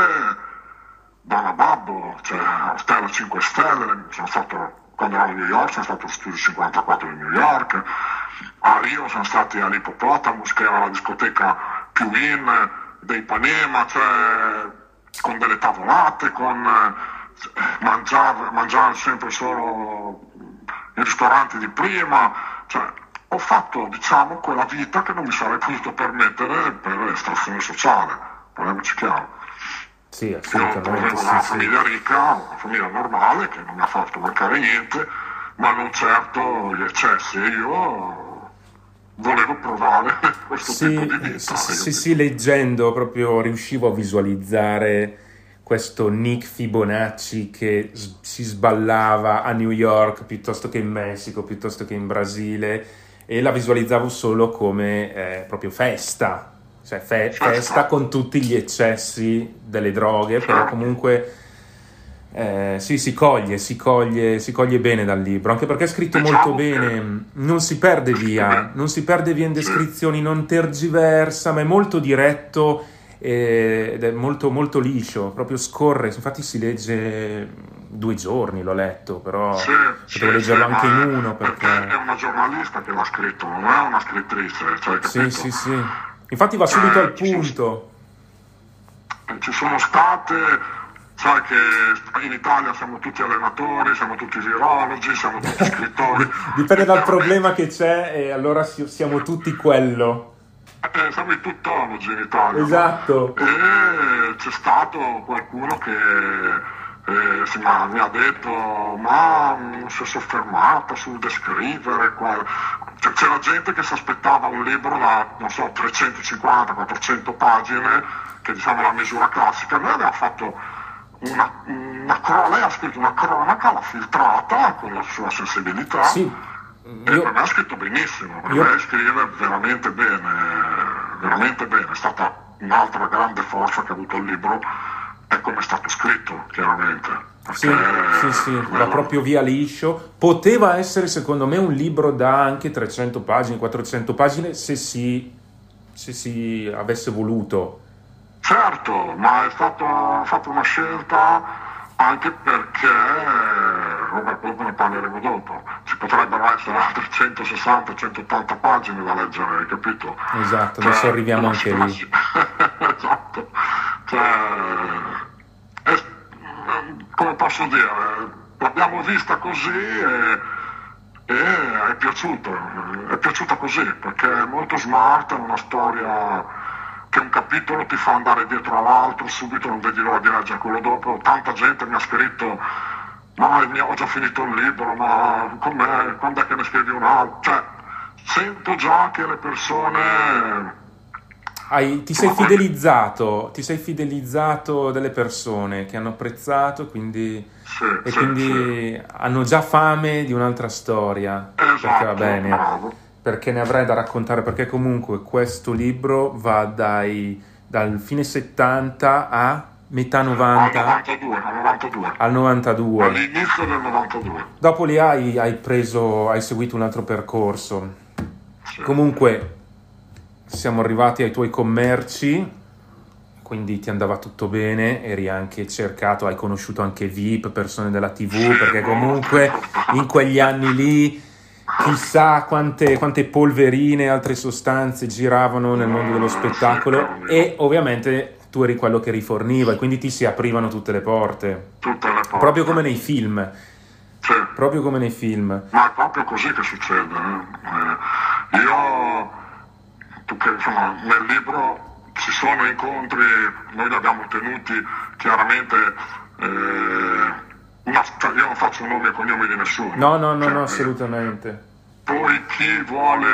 da una babbo, cioè, hotel a cinque stelle, sono stato, quando ero a New York, sono stato allo Studio cinquantaquattro di New York, a Rio sono stati all'Hippopotamus, che era la discoteca più in dei Ipanema, cioè, con delle tavolate, con eh, mangiare, mangiare sempre solo in ristoranti di prima, cioè, ho fatto, diciamo, quella vita che non mi sarei potuto permettere per estrazione sociale, parliamoci chiaro. sì, Io assolutamente, provengo da sì, una sì. famiglia ricca, una famiglia normale che non mi ha fatto mancare niente, ma non certo gli eccessi. Io volevo provare questo Sì, tipo di vita. sì, hai sì, capito? sì, leggendo proprio riuscivo a visualizzare questo Nick Fibonacci che s- si sballava a New York piuttosto che in Messico, piuttosto che in Brasile, e la visualizzavo solo come eh, proprio festa, cioè fe- festa con tutti gli eccessi delle droghe, però comunque eh, sì, si coglie, si coglie, si coglie bene dal libro, anche perché è scritto Diciamo molto che- bene, non si perde via, non si perde via in descrizioni, non tergiversa, ma è molto diretto eh, ed è molto molto liscio, proprio scorre, infatti si legge due giorni, l'ho letto, però Sì, sì, potevo leggerlo sì, anche ma in è- uno perché perché... è una giornalista che l'ha scritto, non è una scrittrice, cioè, Sì, capito? sì, sì. Infatti va subito Eh, al ci sono- punto. Ci sono state, sai che in Italia siamo tutti allenatori, siamo tutti virologi, siamo tutti scrittori. Dipende dal problema che c'è e allora si- siamo tutti quello. Eh, siamo i tuttologi in Italia. no? Esatto. E c'è stato qualcuno che eh, sì, ma mi ha detto ma non si è soffermata sul descrivere qua. Cioè, c'era gente che si aspettava un libro da, non so, trecentocinquanta quattrocento pagine, che diciamo è la misura classica. Noi abbiamo fatto una, una cro- lei ha scritto una cronaca, l'ha filtrata con la sua sensibilità. Sì, E io, per me ha scritto benissimo, per io- me scrive veramente bene. veramente bene. È stata un'altra grande forza che ha avuto il libro, è come è stato scritto, chiaramente. Sì, sì, sì, va proprio via liscio. Poteva essere secondo me un libro da anche trecento pagine, quattrocento pagine se si, se si avesse voluto. Certo, ma è stato fatto una scelta anche perché, vabbè, poi ne parleremo dopo, ci potrebbero essere altre centosessanta centottanta pagine da leggere, hai capito? Esatto, cioè, adesso arriviamo anche lì. Esatto, cioè, è, come posso dire, l'abbiamo vista così e, e è piaciuta, è piaciuta così, perché è molto smart, è una storia che un capitolo ti fa andare dietro all'altro, subito non vedi l'ora di leggere quello dopo. Tanta gente mi ha scritto, ma ho già finito il libro, ma com'è, quando è che ne scrivi un altro? Cioè, sento già che le persone... Hai, ti sei fidelizzato, ti sei fidelizzato delle persone che hanno apprezzato, quindi, sì, e sì, quindi sì. hanno già fame di un'altra storia, Esatto, perché va bene, bravo. perché ne avrai da raccontare, perché comunque questo libro va dai, dal fine settanta a metà novanta, Al novantadue, al novantadue. al novantadue. All'inizio del novantadue. Dopo lì hai, hai preso, hai seguito un altro percorso. Sì. Comunque siamo arrivati ai tuoi commerci, quindi ti andava tutto bene, eri anche cercato, hai conosciuto anche V I P, persone della tivù, Sì, perché molto. comunque in quegli anni lì chissà quante, quante polverine e altre sostanze giravano nel mondo dello spettacolo, e ovviamente tu eri quello che riforniva e quindi ti si aprivano tutte le porte, Tutte le porte. proprio come nei film, Sì. proprio come nei film. Ma è proprio così che succede. Eh. Io, perché, insomma, nel libro ci sono incontri, noi li abbiamo tenuti chiaramente, eh, una, cioè io non faccio nomi e cognomi di nessuno. No, no, no, Cioè, no, assolutamente. Poi chi vuole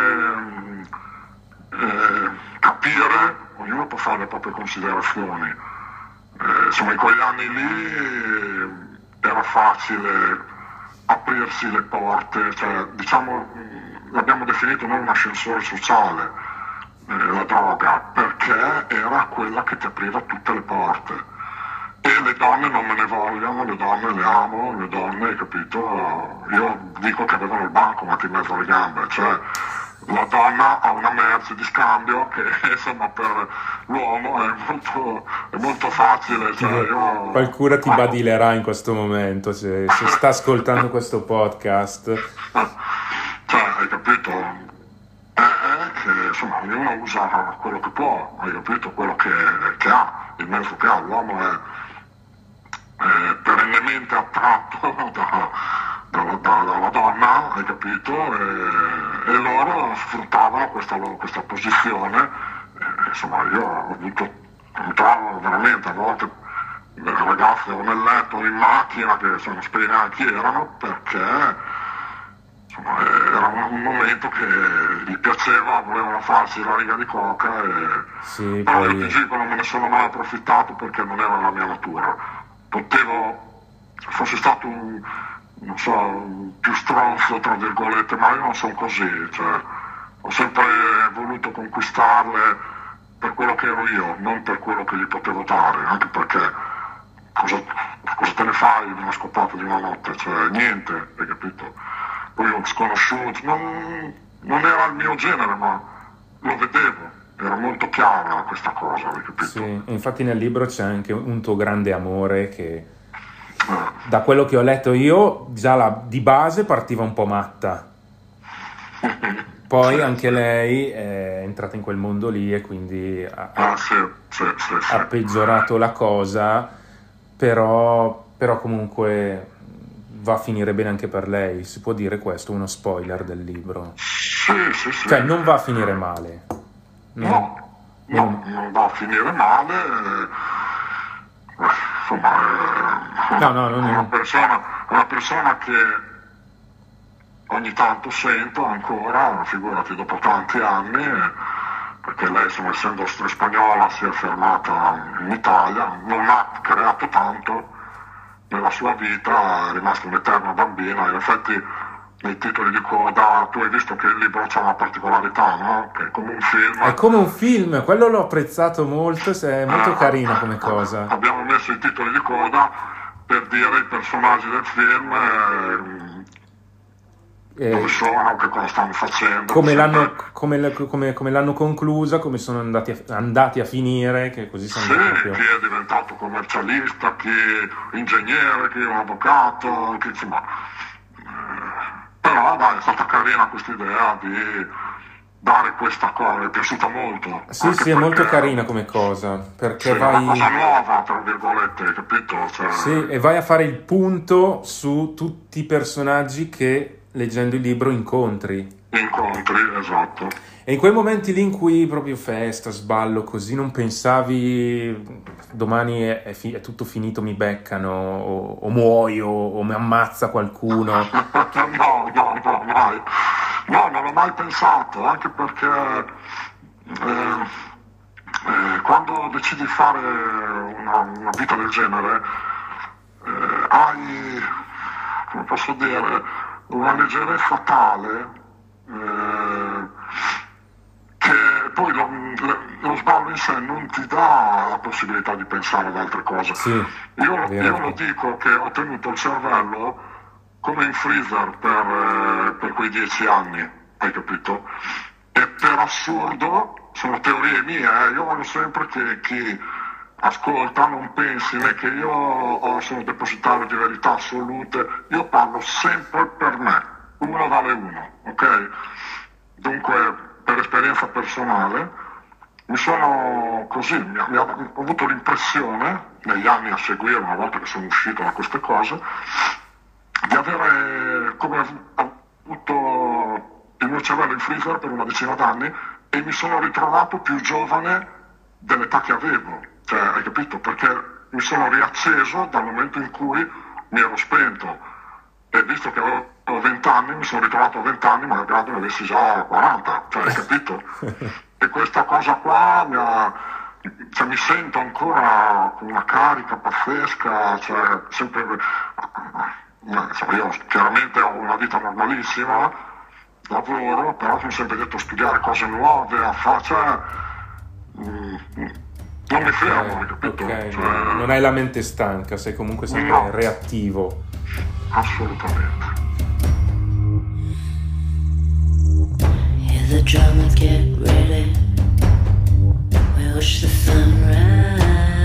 eh, capire, ognuno può fare le proprie considerazioni. Eh, insomma, in quegli anni lì era facile aprirsi le porte, cioè, diciamo, l'abbiamo definito noi un ascensore sociale, eh, la droga, perché era quella che ti apriva tutte le porte. E le donne non me ne vogliono, le donne le amo, le donne, hai capito? Io dico che avevano il bancomat in mezzo alle gambe, cioè la donna ha una merce di scambio che insomma per l'uomo è molto, è molto facile. Cioè, io... Qualcuno ti badilerà in questo momento se, se sta ascoltando questo podcast. Cioè, hai capito? È, è che insomma ognuno usa quello che può, hai capito? Quello che, che ha, il mezzo che ha, l'uomo è eh, perennemente attratto da, dalla, da, dalla donna, hai capito? E, e loro sfruttavano questa, questa posizione. E, insomma, io ho avuto, entravo veramente a volte le ragazze o nel letto o in macchina, che insomma speriamo chi erano, perché insomma, era un, un momento che gli piaceva, volevano farsi la riga di coca e Sì, però poi... io ti dico, non me ne sono mai approfittato perché non era la mia natura. Potevo, fossi stato un, non so, un più stronzo tra virgolette, ma io non sono così, cioè, ho sempre voluto conquistarle per quello che ero io, non per quello che gli potevo dare, anche perché cosa, cosa te ne fai di una scopata di una notte, cioè niente, hai capito? Poi ho sconosciuto, non, non era il mio genere, ma lo vedevo. Era molto chiara questa cosa, hai capito? Sì, infatti nel libro c'è anche un tuo grande amore che, da quello che ho letto io, già la, di base partiva un po' matta. Poi anche lei è entrata in quel mondo lì e quindi ha, Ah, sì, sì, sì, sì. ha peggiorato la cosa, però, però comunque va a finire bene anche per lei. Si può dire questo, uno spoiler del libro. Sì, sì, sì. Cioè non va a finire male. No, no, non va a finire male. eh, Insomma, è No, no, non è- una persona, una persona che ogni tanto sento ancora, figurati dopo tanti anni, eh, perché lei, insomma, essendo spagnola, si è fermata in Italia, non ha creato tanto nella sua vita, è rimasta un'eterna bambina. In effetti nei titoli di coda. Tu hai visto che il libro c'ha una particolarità, no? Che è come un film. È come un film, quello l'ho apprezzato molto, è molto eh, carina come cosa. Abbiamo messo i titoli di coda per dire i personaggi del film, eh, Eh, dove sono, che cosa stanno facendo. come, sempre- l'hanno, come, come- come l'hanno conclusa, come sono andati a, andati a finire, che così sono Sì, proprio... chi è diventato commercialista, chi è ingegnere, chi è un avvocato, chi insomma. Eh, però dai, è stata carina questa idea di dare questa cosa, mi è piaciuta molto. Sì, anche sì, è molto perché- carina come cosa, perché Sì, è una vai... cosa nuova, tra virgolette, capito? Cioè, Sì, e vai a fare il punto su tutti i personaggi che leggendo il libro incontri. incontri, esatto. E in quei momenti lì in cui proprio festa, sballo, così non pensavi domani è, è fi- è tutto finito, mi beccano, o, o muoio, o mi ammazza qualcuno. No, no, no, mai. No, non l'ho mai pensato, anche perché eh, eh, quando decidi di fare una, una vita del genere, eh, hai, come posso dire, una leggerezza tale eh, che poi lo, lo sballo in sé non ti dà la possibilità di pensare ad altre cose. Sì, Io, vero. io lo dico che ho tenuto il cervello come in freezer per, eh, per quei dieci anni, hai capito? E per assurdo, sono teorie mie, eh, io voglio sempre che chi ascolta non pensi né che io oh, sono depositario di verità assolute, io parlo sempre per me, uno vale uno, ok? Dunque, per esperienza personale, mi sono così, mi, mi, ho avuto l'impressione, negli anni a seguire, una volta che sono uscito da queste cose, di avere come avuto il mio cervello in freezer per una decina d'anni e mi sono ritrovato più giovane dell'età che avevo, cioè, hai capito? Perché mi sono riacceso dal momento in cui mi ero spento e visto che avevo vent'anni mi sono ritrovato a vent'anni malgrado ne avessi già quaranta, cioè, hai capito? E questa cosa qua mi ha... Cioè, mi sento ancora con una carica pazzesca, cioè, sempre... Cioè, io chiaramente ho una vita normalissima, lavoro, però sono sempre detto a studiare cose nuove, a fare, cioè, mm, non mi fermo, hai capito? Ok, Cioè, non hai la mente stanca, sei comunque sempre No. reattivo. assolutamente. Hear the drummer get ready. We watch the sunrise.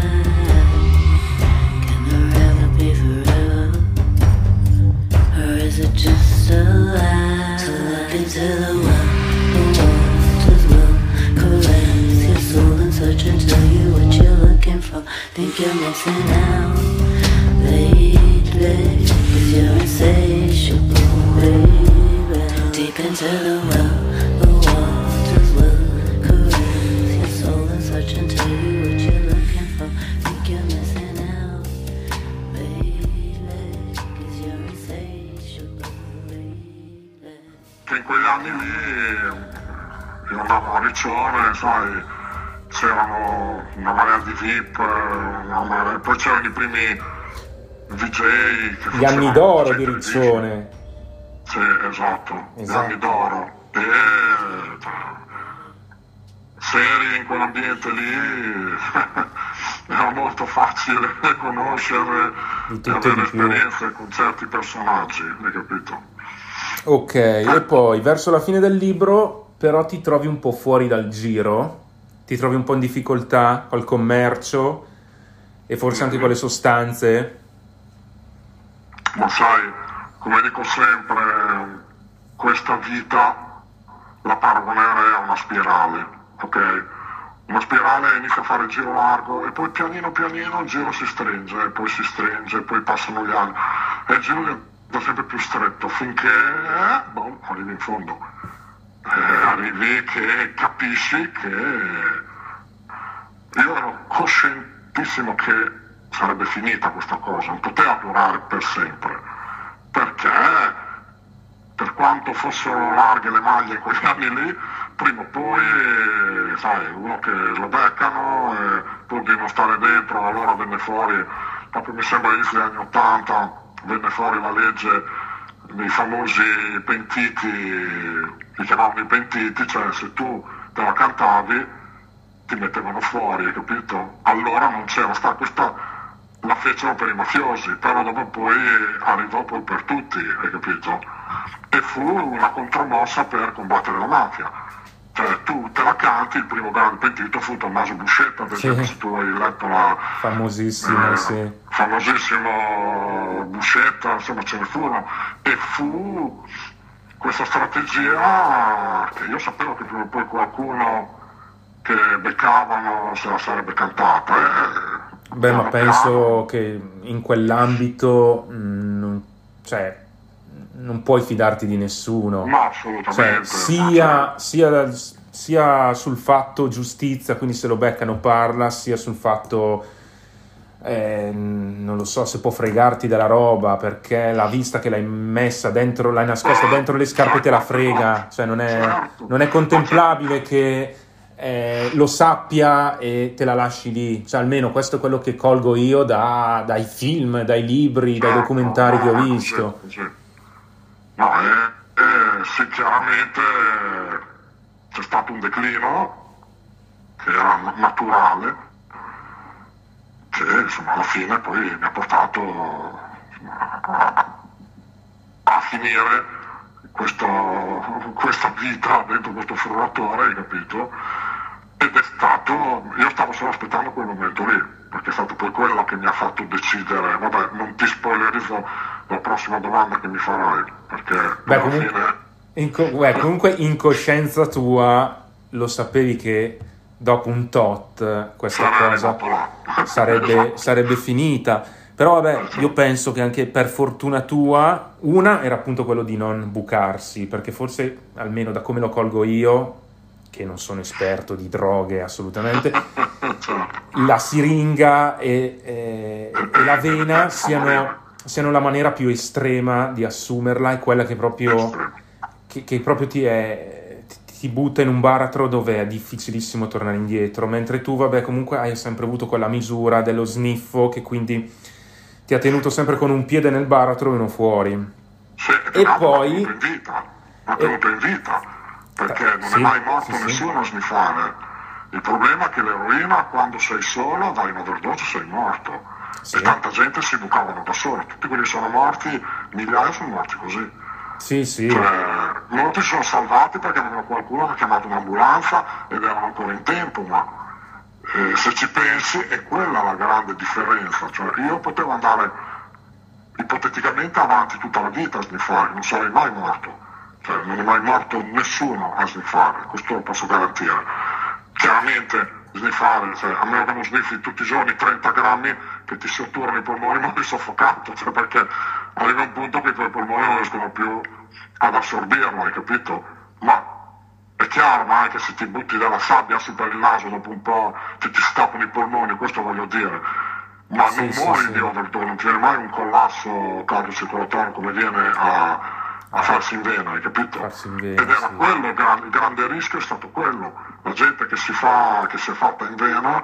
Can the river be forever? Or is it just a lie? So look into the well, the waters will caress your soul and search and tell you what you're looking for. Think you're missing out lately, 'cause you're insatiable, baby. Deep into the well, the waters will caress your soul and search and tell you what you're looking for. Think you're missing out lately, 'cause you're insatiable, baby. Che in quegli anni lì io andavo a Riccione, sai, c'erano una marea di V I P, una marea- poi c'erano i primi V J che Gli anni facevano d'oro V J di televisivi. Riccione. Sì, esatto, gli Esatto. anni d'oro. E cioè, se eri in quell'ambiente lì era molto facile conoscere Di e tutto e avere di più. esperienze con certi personaggi, hai capito? Ok, e poi verso la fine del libro però ti trovi un po' fuori dal giro, ti trovi un po' in difficoltà col commercio e forse anche con le sostanze. Ma sai, come dico sempre, questa vita la paragonerei a una spirale, ok? Una spirale inizia a fare il giro largo e poi pianino pianino il giro si stringe, e poi si stringe, e poi passano gli anni e il giro diventa sempre più stretto finché, eh, boh, arrivi in fondo. Eh, arrivi che capisci che io ero coscientissimo che sarebbe finita questa cosa, non poteva durare per sempre, perché per quanto fossero larghe le maglie in quegli anni lì, prima o poi, sai, uno che lo beccano e pur di non stare dentro, allora venne fuori, proprio mi sembra inizio degli anni ottanta, venne fuori la legge i famosi pentiti, li chiamavano i pentiti, cioè se tu te la cantavi ti mettevano fuori, hai capito? Allora non c'era sta questa, la fecero per i mafiosi, però dopo poi arrivò poi per tutti, hai capito? E fu una contromossa per combattere la mafia. Cioè tu te la canti, il primo grande pentito fu Tommaso Buscetta, per esempio, se tu hai letto la famosissimo, eh, sì. famosissimo Buscetta, insomma ce ne furono, e fu questa strategia che io sapevo che prima o poi qualcuno che beccavano se la sarebbe cantata. Eh, Beh, ma penso che in quell'ambito mh, non, cioè, non puoi fidarti di nessuno. Ma assolutamente. Cioè, sia, sia, sia sul fatto giustizia, quindi se lo beccano parla, sia sul fatto, eh, non lo so, se può fregarti della roba, perché la vista che l'hai messa dentro, l'hai nascosta dentro le scarpe te la frega. Cioè non è, non è contemplabile che eh, lo sappia e te la lasci lì. Cioè almeno questo è quello che colgo io da, dai film, dai libri, dai documentari che ho visto. No, eh, eh, sì, chiaramente c'è stato un declino che era naturale, che insomma alla fine poi mi ha portato insomma, a finire questo, questa vita dentro questo frullatore, hai capito? Ed è stato, io stavo solo aspettando quel momento lì, perché è stato poi quello che mi ha fatto decidere. Vabbè, non ti spoilerizzo la prossima domanda che mi farai, perché beh, alla comunque, fine... in co- beh, comunque in coscienza tua lo sapevi che dopo un tot questa cosa sarebbe, sarebbe finita, però vabbè, io penso che anche per fortuna tua, una era appunto quello di non bucarsi, perché forse, almeno da come lo colgo io, che non sono esperto di droghe assolutamente, la siringa e, e, e la vena siano, siano la maniera più estrema di assumerla, e quella che proprio, che, che proprio ti, è, ti, ti butta in un baratro dove è difficilissimo tornare indietro, mentre tu vabbè comunque hai sempre avuto quella misura dello sniffo che quindi ti ha tenuto sempre con un piede nel baratro e uno fuori. Sì, e poi in vita, ma tenuto in vita, perché non sì, è mai morto sì, nessuno sì. a sniffare. Il problema è che l'eroina, quando sei solo, dai in overdose, sei morto. Sì. E tanta gente si bucavano da solo. Tutti quelli che sono morti, migliaia sono morti così. Sì, sì. Cioè, molti sono salvati perché avevano qualcuno che ha chiamato un'ambulanza ed erano ancora in tempo, ma eh, se ci pensi è quella la grande differenza. Cioè, io potevo andare ipoteticamente avanti tutta la vita a sniffare, non sarei mai morto. Cioè, non è mai morto nessuno a sniffare, questo lo posso garantire. Chiaramente sniffare, cioè, a meno che non sniffi tutti i giorni trenta grammi che ti sotturano i polmoni, ma sei soffocato, cioè, perché arriva un punto che i tuoi polmoni non riescono più ad assorbirlo, hai capito? Ma è chiaro, ma anche se ti butti della sabbia su per il naso, dopo un po' ti, ti stappano i polmoni, questo voglio dire. Ma sì, non sì, muori sì. di overdose, non ti viene mai un collasso cardiocircolatorio come viene a... a farsi in vena, hai capito? Farsi in vena, Ed era sì. quello, il grande, il grande rischio è stato quello, la gente che si fa, che si è fatta in vena,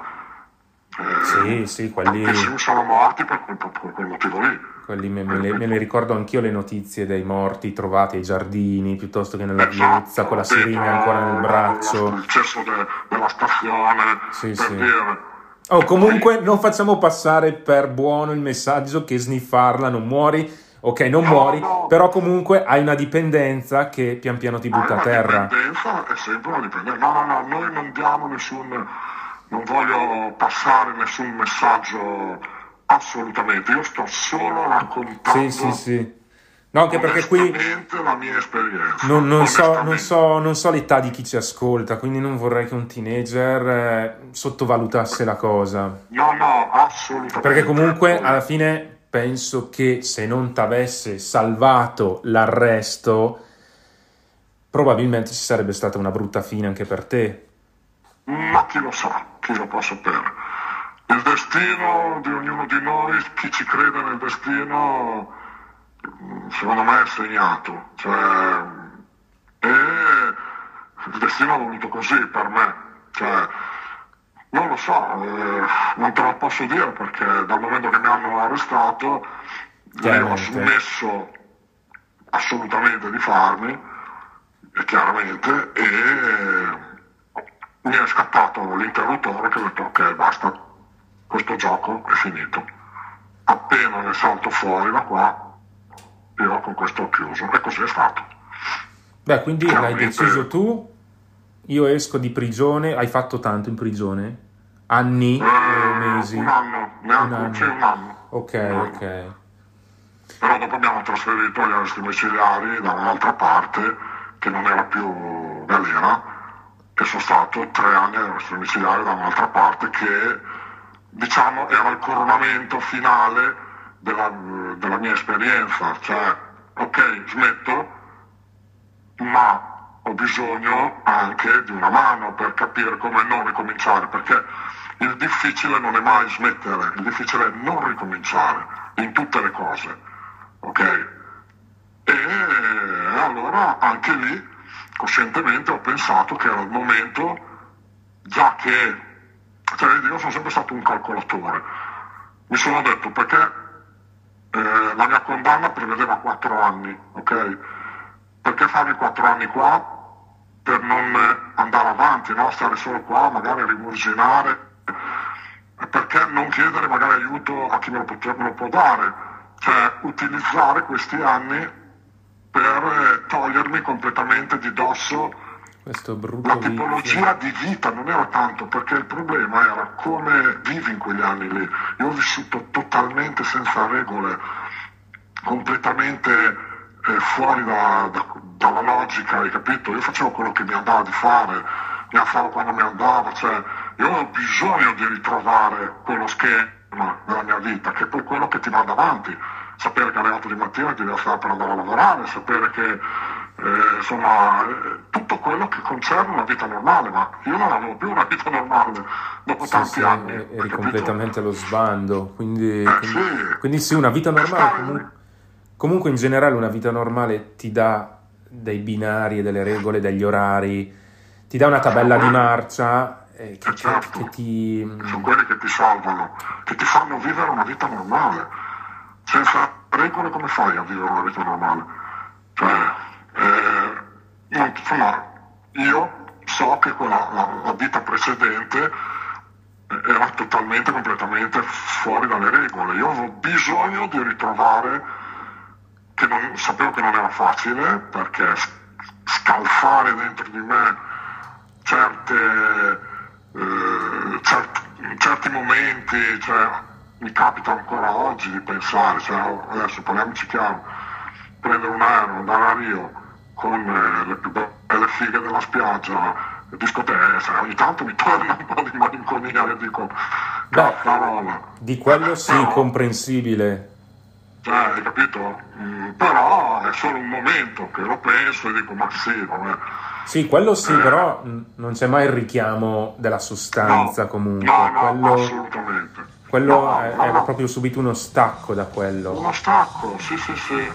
eh, Sì, sì, quelli, tantissimi sono morti per quel, per quel motivo lì. quelli me, me, le, me le ricordo anch'io le notizie dei morti trovati ai giardini piuttosto che nella Esatto, viuzza con la siringa ancora nel braccio. Il cesso de, della stazione, Sì, per sì. dire. Oh, comunque non facciamo passare per buono il messaggio che sniffarla non muori. Ok, non No, muori, no. però comunque hai una dipendenza che pian piano ti butta a La terra. dipendenza è sempre una dipendenza. No, no, no, noi non diamo nessun, non voglio passare nessun messaggio assolutamente. Io sto solo raccontando Sì, sì, sì. No, anche perché qui onestamente la mia esperienza. non, non so, non, Onestamente. so, non so l'età di chi ci ascolta, quindi non vorrei che un teenager eh, sottovalutasse la cosa. No, no, assolutamente. Perché comunque alla fine penso che se non ti avesse salvato l'arresto, probabilmente ci sarebbe stata una brutta fine anche per te. Ma chi lo sa, chi lo può sapere. Il destino di ognuno di noi, chi ci crede nel destino, secondo me è segnato. Cioè, e il destino ha voluto così per me. Cioè, non lo so, eh, non te lo posso dire perché dal momento che mi hanno arrestato io ho Chiaramente. smesso assolutamente di farmi, e chiaramente, e mi è scattato l'interruttore che ho detto ok, basta, questo gioco è finito. Appena ne salto fuori da qua, io con questo ho chiuso, e così è stato. Beh, quindi l'hai Chiaramente- deciso tu, io esco di prigione, hai fatto tanto in prigione? Anni o Eh, mesi? un anno, neanche Un anno. sì, un anno. Ok, Un anno. ok. Però dopo abbiamo trasferito gli arresti domiciliari da un'altra parte, che non era più galera, e sono stato tre anni agli arresti domiciliari da un'altra parte, che diciamo era il coronamento finale della, della mia esperienza. Cioè, ok, smetto, ma ho bisogno anche di una mano per capire come non ricominciare, perché il difficile non è mai smettere, il difficile è non ricominciare in tutte le cose, ok? E allora anche lì coscientemente ho pensato che era il momento, già che, cioè io sono sempre stato un calcolatore, mi sono detto perché eh, la mia condanna prevedeva quattro anni, ok? Perché farmi quattro anni qua per non andare avanti, no? Stare solo qua, magari rimurginare, perché non chiedere magari aiuto a chi me lo, pot- me lo può dare, cioè utilizzare questi anni per eh, togliermi completamente di dosso Questo la brutto tipologia vizio. di vita. Non era tanto, perché il problema era come vivi in quegli anni lì. Io ho vissuto totalmente senza regole, completamente eh, fuori da, da, dalla logica, hai capito? Io facevo quello che mi andava di fare, mi andavo quando mi andava, cioè io ho bisogno di ritrovare quello schema nella mia vita, che è poi quello che ti manda avanti. Sapere che alle otto di mattina ti devi alzare per andare a lavorare, sapere che eh, insomma eh, tutto quello che concerne una vita normale, ma io non avevo più una vita normale dopo Sì, tanti sì, anni. eri hai capito? completamente allo sbando, quindi, Eh, quindi, sì. quindi sì, una vita normale, Stare- comunque, comunque in generale una vita normale ti dà dei binari e delle regole, degli orari, ti dà una tabella di marcia eh, che, Eh, certo. che ti... Sono quelli che ti salvano, che ti fanno vivere una vita normale. Senza regole come fai a vivere una vita normale? Cioè, eh, non- insomma, io so che quella, la, la vita precedente eh, era totalmente, completamente fuori dalle regole. Io avevo bisogno di ritrovare, che non, sapevo che non era facile, perché s- scalfare dentro di me certe, eh, cert- certi momenti, cioè, mi capita ancora oggi di pensare, cioè, adesso parliamoci chiaro, prendere un aereo, andare a Rio con eh, le più belle fighe della spiaggia, le discoteche, cioè, ogni tanto mi torna un po' di malinconia e dico, cazzarola. Di quello sì, Però- comprensibile. Cioè, hai capito? Mm, però è solo un momento che lo penso e dico, ma sì, vabbè. Sì, quello sì, però mh, non c'è mai il richiamo della sostanza No, comunque. no, no, quello assolutamente. quello No, è- no, era no. proprio subito uno stacco da quello. Uno stacco, sì, sì, sì.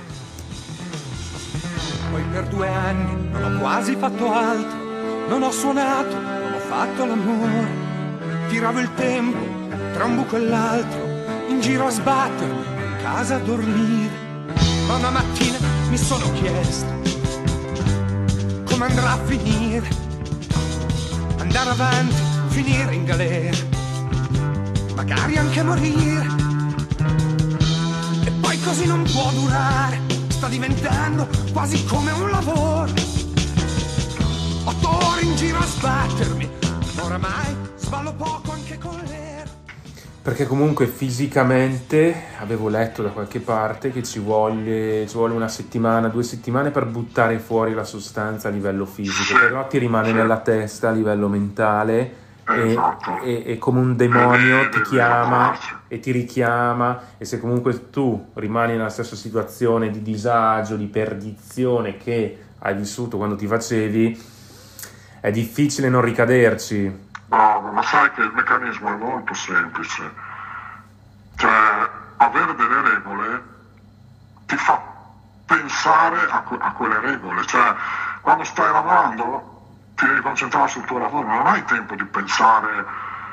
Poi per due anni non ho quasi fatto altro, non ho suonato, non ho fatto l'amore. Tiravo il tempo tra un buco e l'altro, in giro a sbattermi, in casa a dormire. Ma una mattina mi sono chiesto come andrà a finire. Andare avanti, finire in galera, magari anche morire. E poi così non può durare, sta diventando quasi come un lavoro. Otto ore in giro a sbattermi, oramai sballo poco anche con l'era. Perché comunque fisicamente avevo letto da qualche parte che ci vuole, ci vuole una settimana, due settimane per buttare fuori la sostanza a livello fisico, però ti rimane nella testa a livello mentale e, Esatto. e- e come un demonio ti chiama e ti richiama, e se comunque tu rimani nella stessa situazione di disagio, di perdizione che hai vissuto quando ti facevi, è difficile non ricaderci. Bravo, ma sai che il meccanismo è molto semplice. Cioè, avere delle regole ti fa pensare a, que- a quelle regole. Cioè, quando stai lavorando ti devi concentrare sul tuo lavoro, non hai tempo di pensare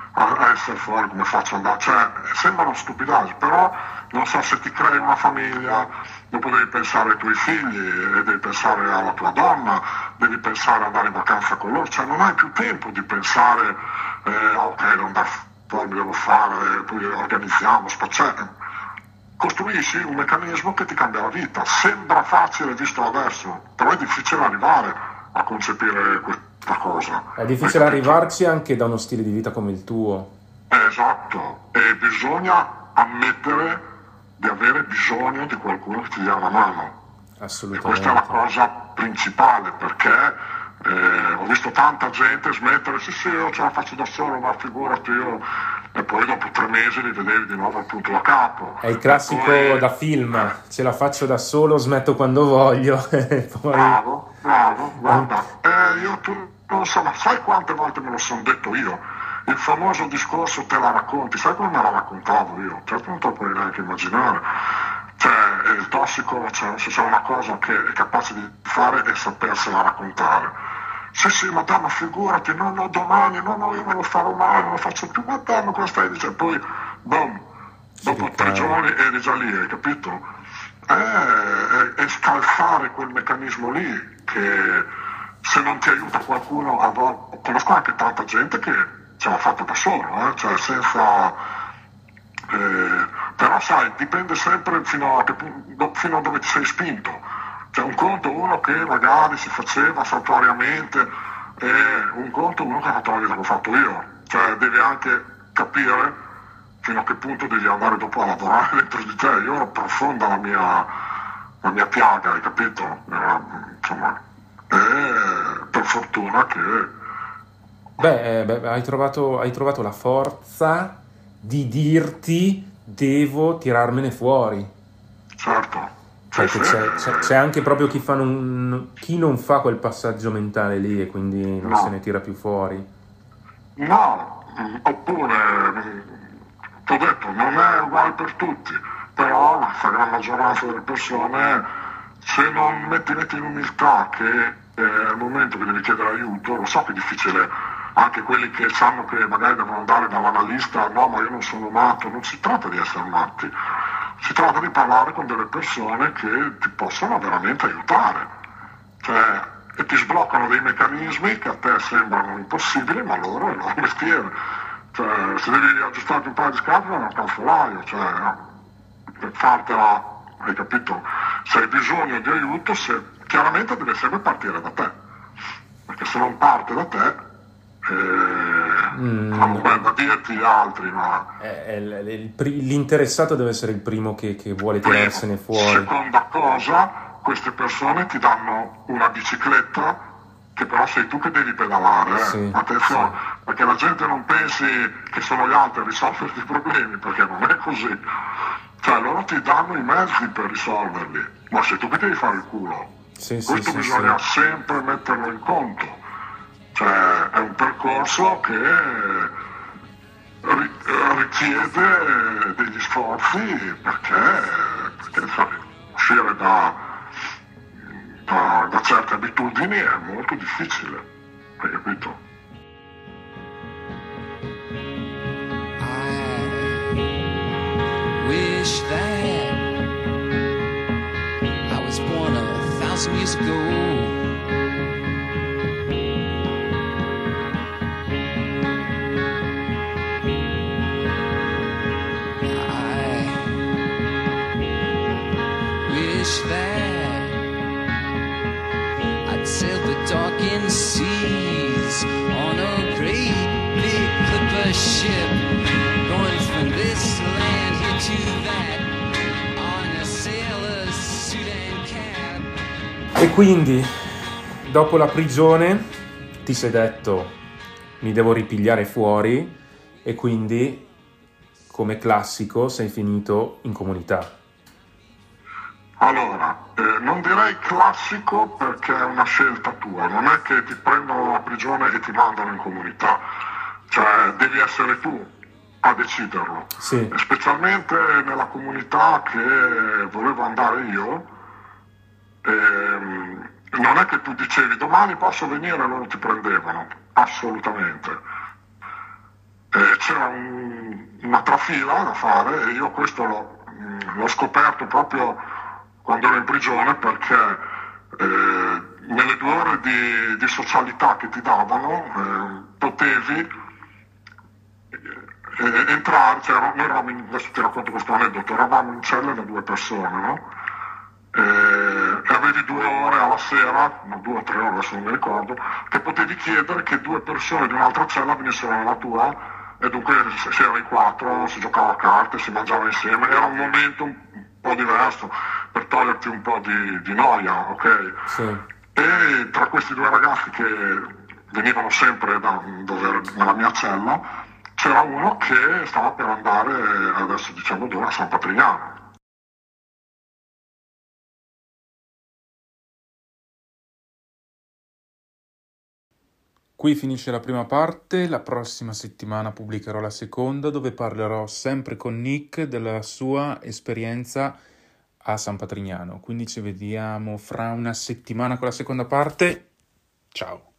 a, a essere fuori, come faccio ad andare, cioè sembrano stupidaggini, però non so, se ti crei una famiglia, dopo devi pensare ai tuoi figli, e devi pensare alla tua donna, devi pensare ad andare in vacanza con loro, cioè non hai più tempo di pensare, eh, ok, devo andare fuori, mi devo fare, poi organizziamo, spacciamo. Costruisci un meccanismo che ti cambia la vita. Sembra facile visto adesso, però è difficile arrivare a concepire questa cosa. È difficile arrivarci anche da uno stile di vita come il tuo. Esatto, e bisogna ammettere di avere bisogno di qualcuno che ti dia una mano. Assolutamente. E questa è la cosa principale, perché eh, ho visto tanta gente smettere, sì sì, io ce la faccio da solo, ma figurati io, e poi dopo tre mesi li vedevi di nuovo al punto da capo. È il classico poi, da film, ce la faccio da solo, smetto quando voglio. E poi... Bravo, bravo, guarda, eh, io tu non so, ma sai quante volte me lo sono detto io? Il famoso discorso te la racconti, sai come me la raccontavo io? Certo non te lo puoi neanche immaginare. Cioè, il tossico, cioè, se c'è una cosa che è capace di fare è sapersela raccontare. Sì, sì, madama, figurati, no, no, domani, no, no, io non lo farò mai, non lo faccio più, madama, cosa stai dicendo? Poi, boom, dopo tre giorni eri già lì, hai capito? È, è, è scalfare quel meccanismo lì, che se non ti aiuta qualcuno, a volte, conosco anche tanta gente che ce l'ha fatta da solo, eh? Cioè senza... Eh, però sai, dipende sempre fino a, che, fino a dove ti sei spinto. Cioè un conto uno che magari si faceva saltuariamente, e un conto uno che ha fatto la vita che ho fatto io. Cioè devi anche capire fino a che punto devi andare dopo a lavorare dentro di te. Io ero profonda la mia, la mia piaga, hai capito? Era, insomma, e per fortuna che... Beh, beh hai, trovato, hai trovato la forza di dirti devo tirarmene fuori. Certo. Cioè, che c'è, c'è, c'è anche proprio chi, fa non, chi non fa quel passaggio mentale lì e quindi non no. se ne tira più fuori. No, oppure, ti ho detto, non è uguale per tutti, però la stragrande maggioranza delle persone, se non metti, metti in umiltà che è il momento che devi chiedere aiuto, lo so che è difficile. Anche quelli che sanno che magari devono andare dall'analista, no, ma io non sono matto, non si tratta di essere matti, si tratta di parlare con delle persone che ti possono veramente aiutare, cioè, e ti sbloccano dei meccanismi che a te sembrano impossibili, ma loro è il loro mestiere. Cioè, se devi aggiustarti un paio di scarpe, è un calzolaio, cioè, per fartela, hai capito? Se hai bisogno di aiuto, se, chiaramente deve sempre partire da te, perché se non parte da te, Eh, mm. non da dirti gli altri, ma eh, il, il, l'interessato deve essere il primo che, che vuole tirarsene fuori. Seconda cosa, queste persone ti danno una bicicletta che però sei tu che devi pedalare, eh. Sì, attenzione, sì. Perché la gente non pensi che sono gli altri a risolvere i problemi, perché non è così. Cioè loro ti danno i mezzi per risolverli, ma sei tu che devi fare il culo. Sì, Questo sì, bisogna sì, sempre metterlo in conto. Cioè, è un percorso che richiede degli sforzi, perché, perché sai, uscire da, da, da certe abitudini è molto difficile, hai capito? I wish that I was born a thousand years ago. That I'd sail the darkened seas on a great big clipper ship, going from this land here to that on a sailor's suit and cap. E quindi, dopo la prigione, ti sei detto mi devo ripigliare fuori e quindi, come classico, sei finito in comunità. Allora, eh, non direi classico perché è una scelta tua, non è che ti prendono dalla prigione e ti mandano in comunità, cioè devi essere tu a deciderlo. Sì. E specialmente nella comunità che volevo andare io, ehm, non è che tu dicevi domani posso venire e loro ti prendevano, assolutamente. eh, c'era un, una trafila da fare e io questo l'ho, mh, l'ho scoperto proprio quando ero in prigione, perché eh, nelle due ore di, di socialità che ti davano eh, potevi eh, entrare, cioè, noi eravamo in, adesso ti racconto questo aneddoto, eravamo in cella da due persone, no? Eh, e avevi due ore alla sera, no, due o tre ore, adesso non mi ricordo, che potevi chiedere che due persone di un'altra cella venissero nella tua, e dunque si era in quattro, si giocava a carte, si mangiava insieme, era un momento un po' diverso per toglierti un po' di, di noia, ok? Sì. E tra questi due ragazzi che venivano sempre da, dove, nella mia cella, c'era uno che stava per andare, adesso diciamo dove, a San Patrignano. Qui finisce la prima parte, la prossima settimana pubblicherò la seconda, dove parlerò sempre con Nick della sua esperienza a San Patrignano. Quindi ci vediamo fra una settimana con la seconda parte. Ciao!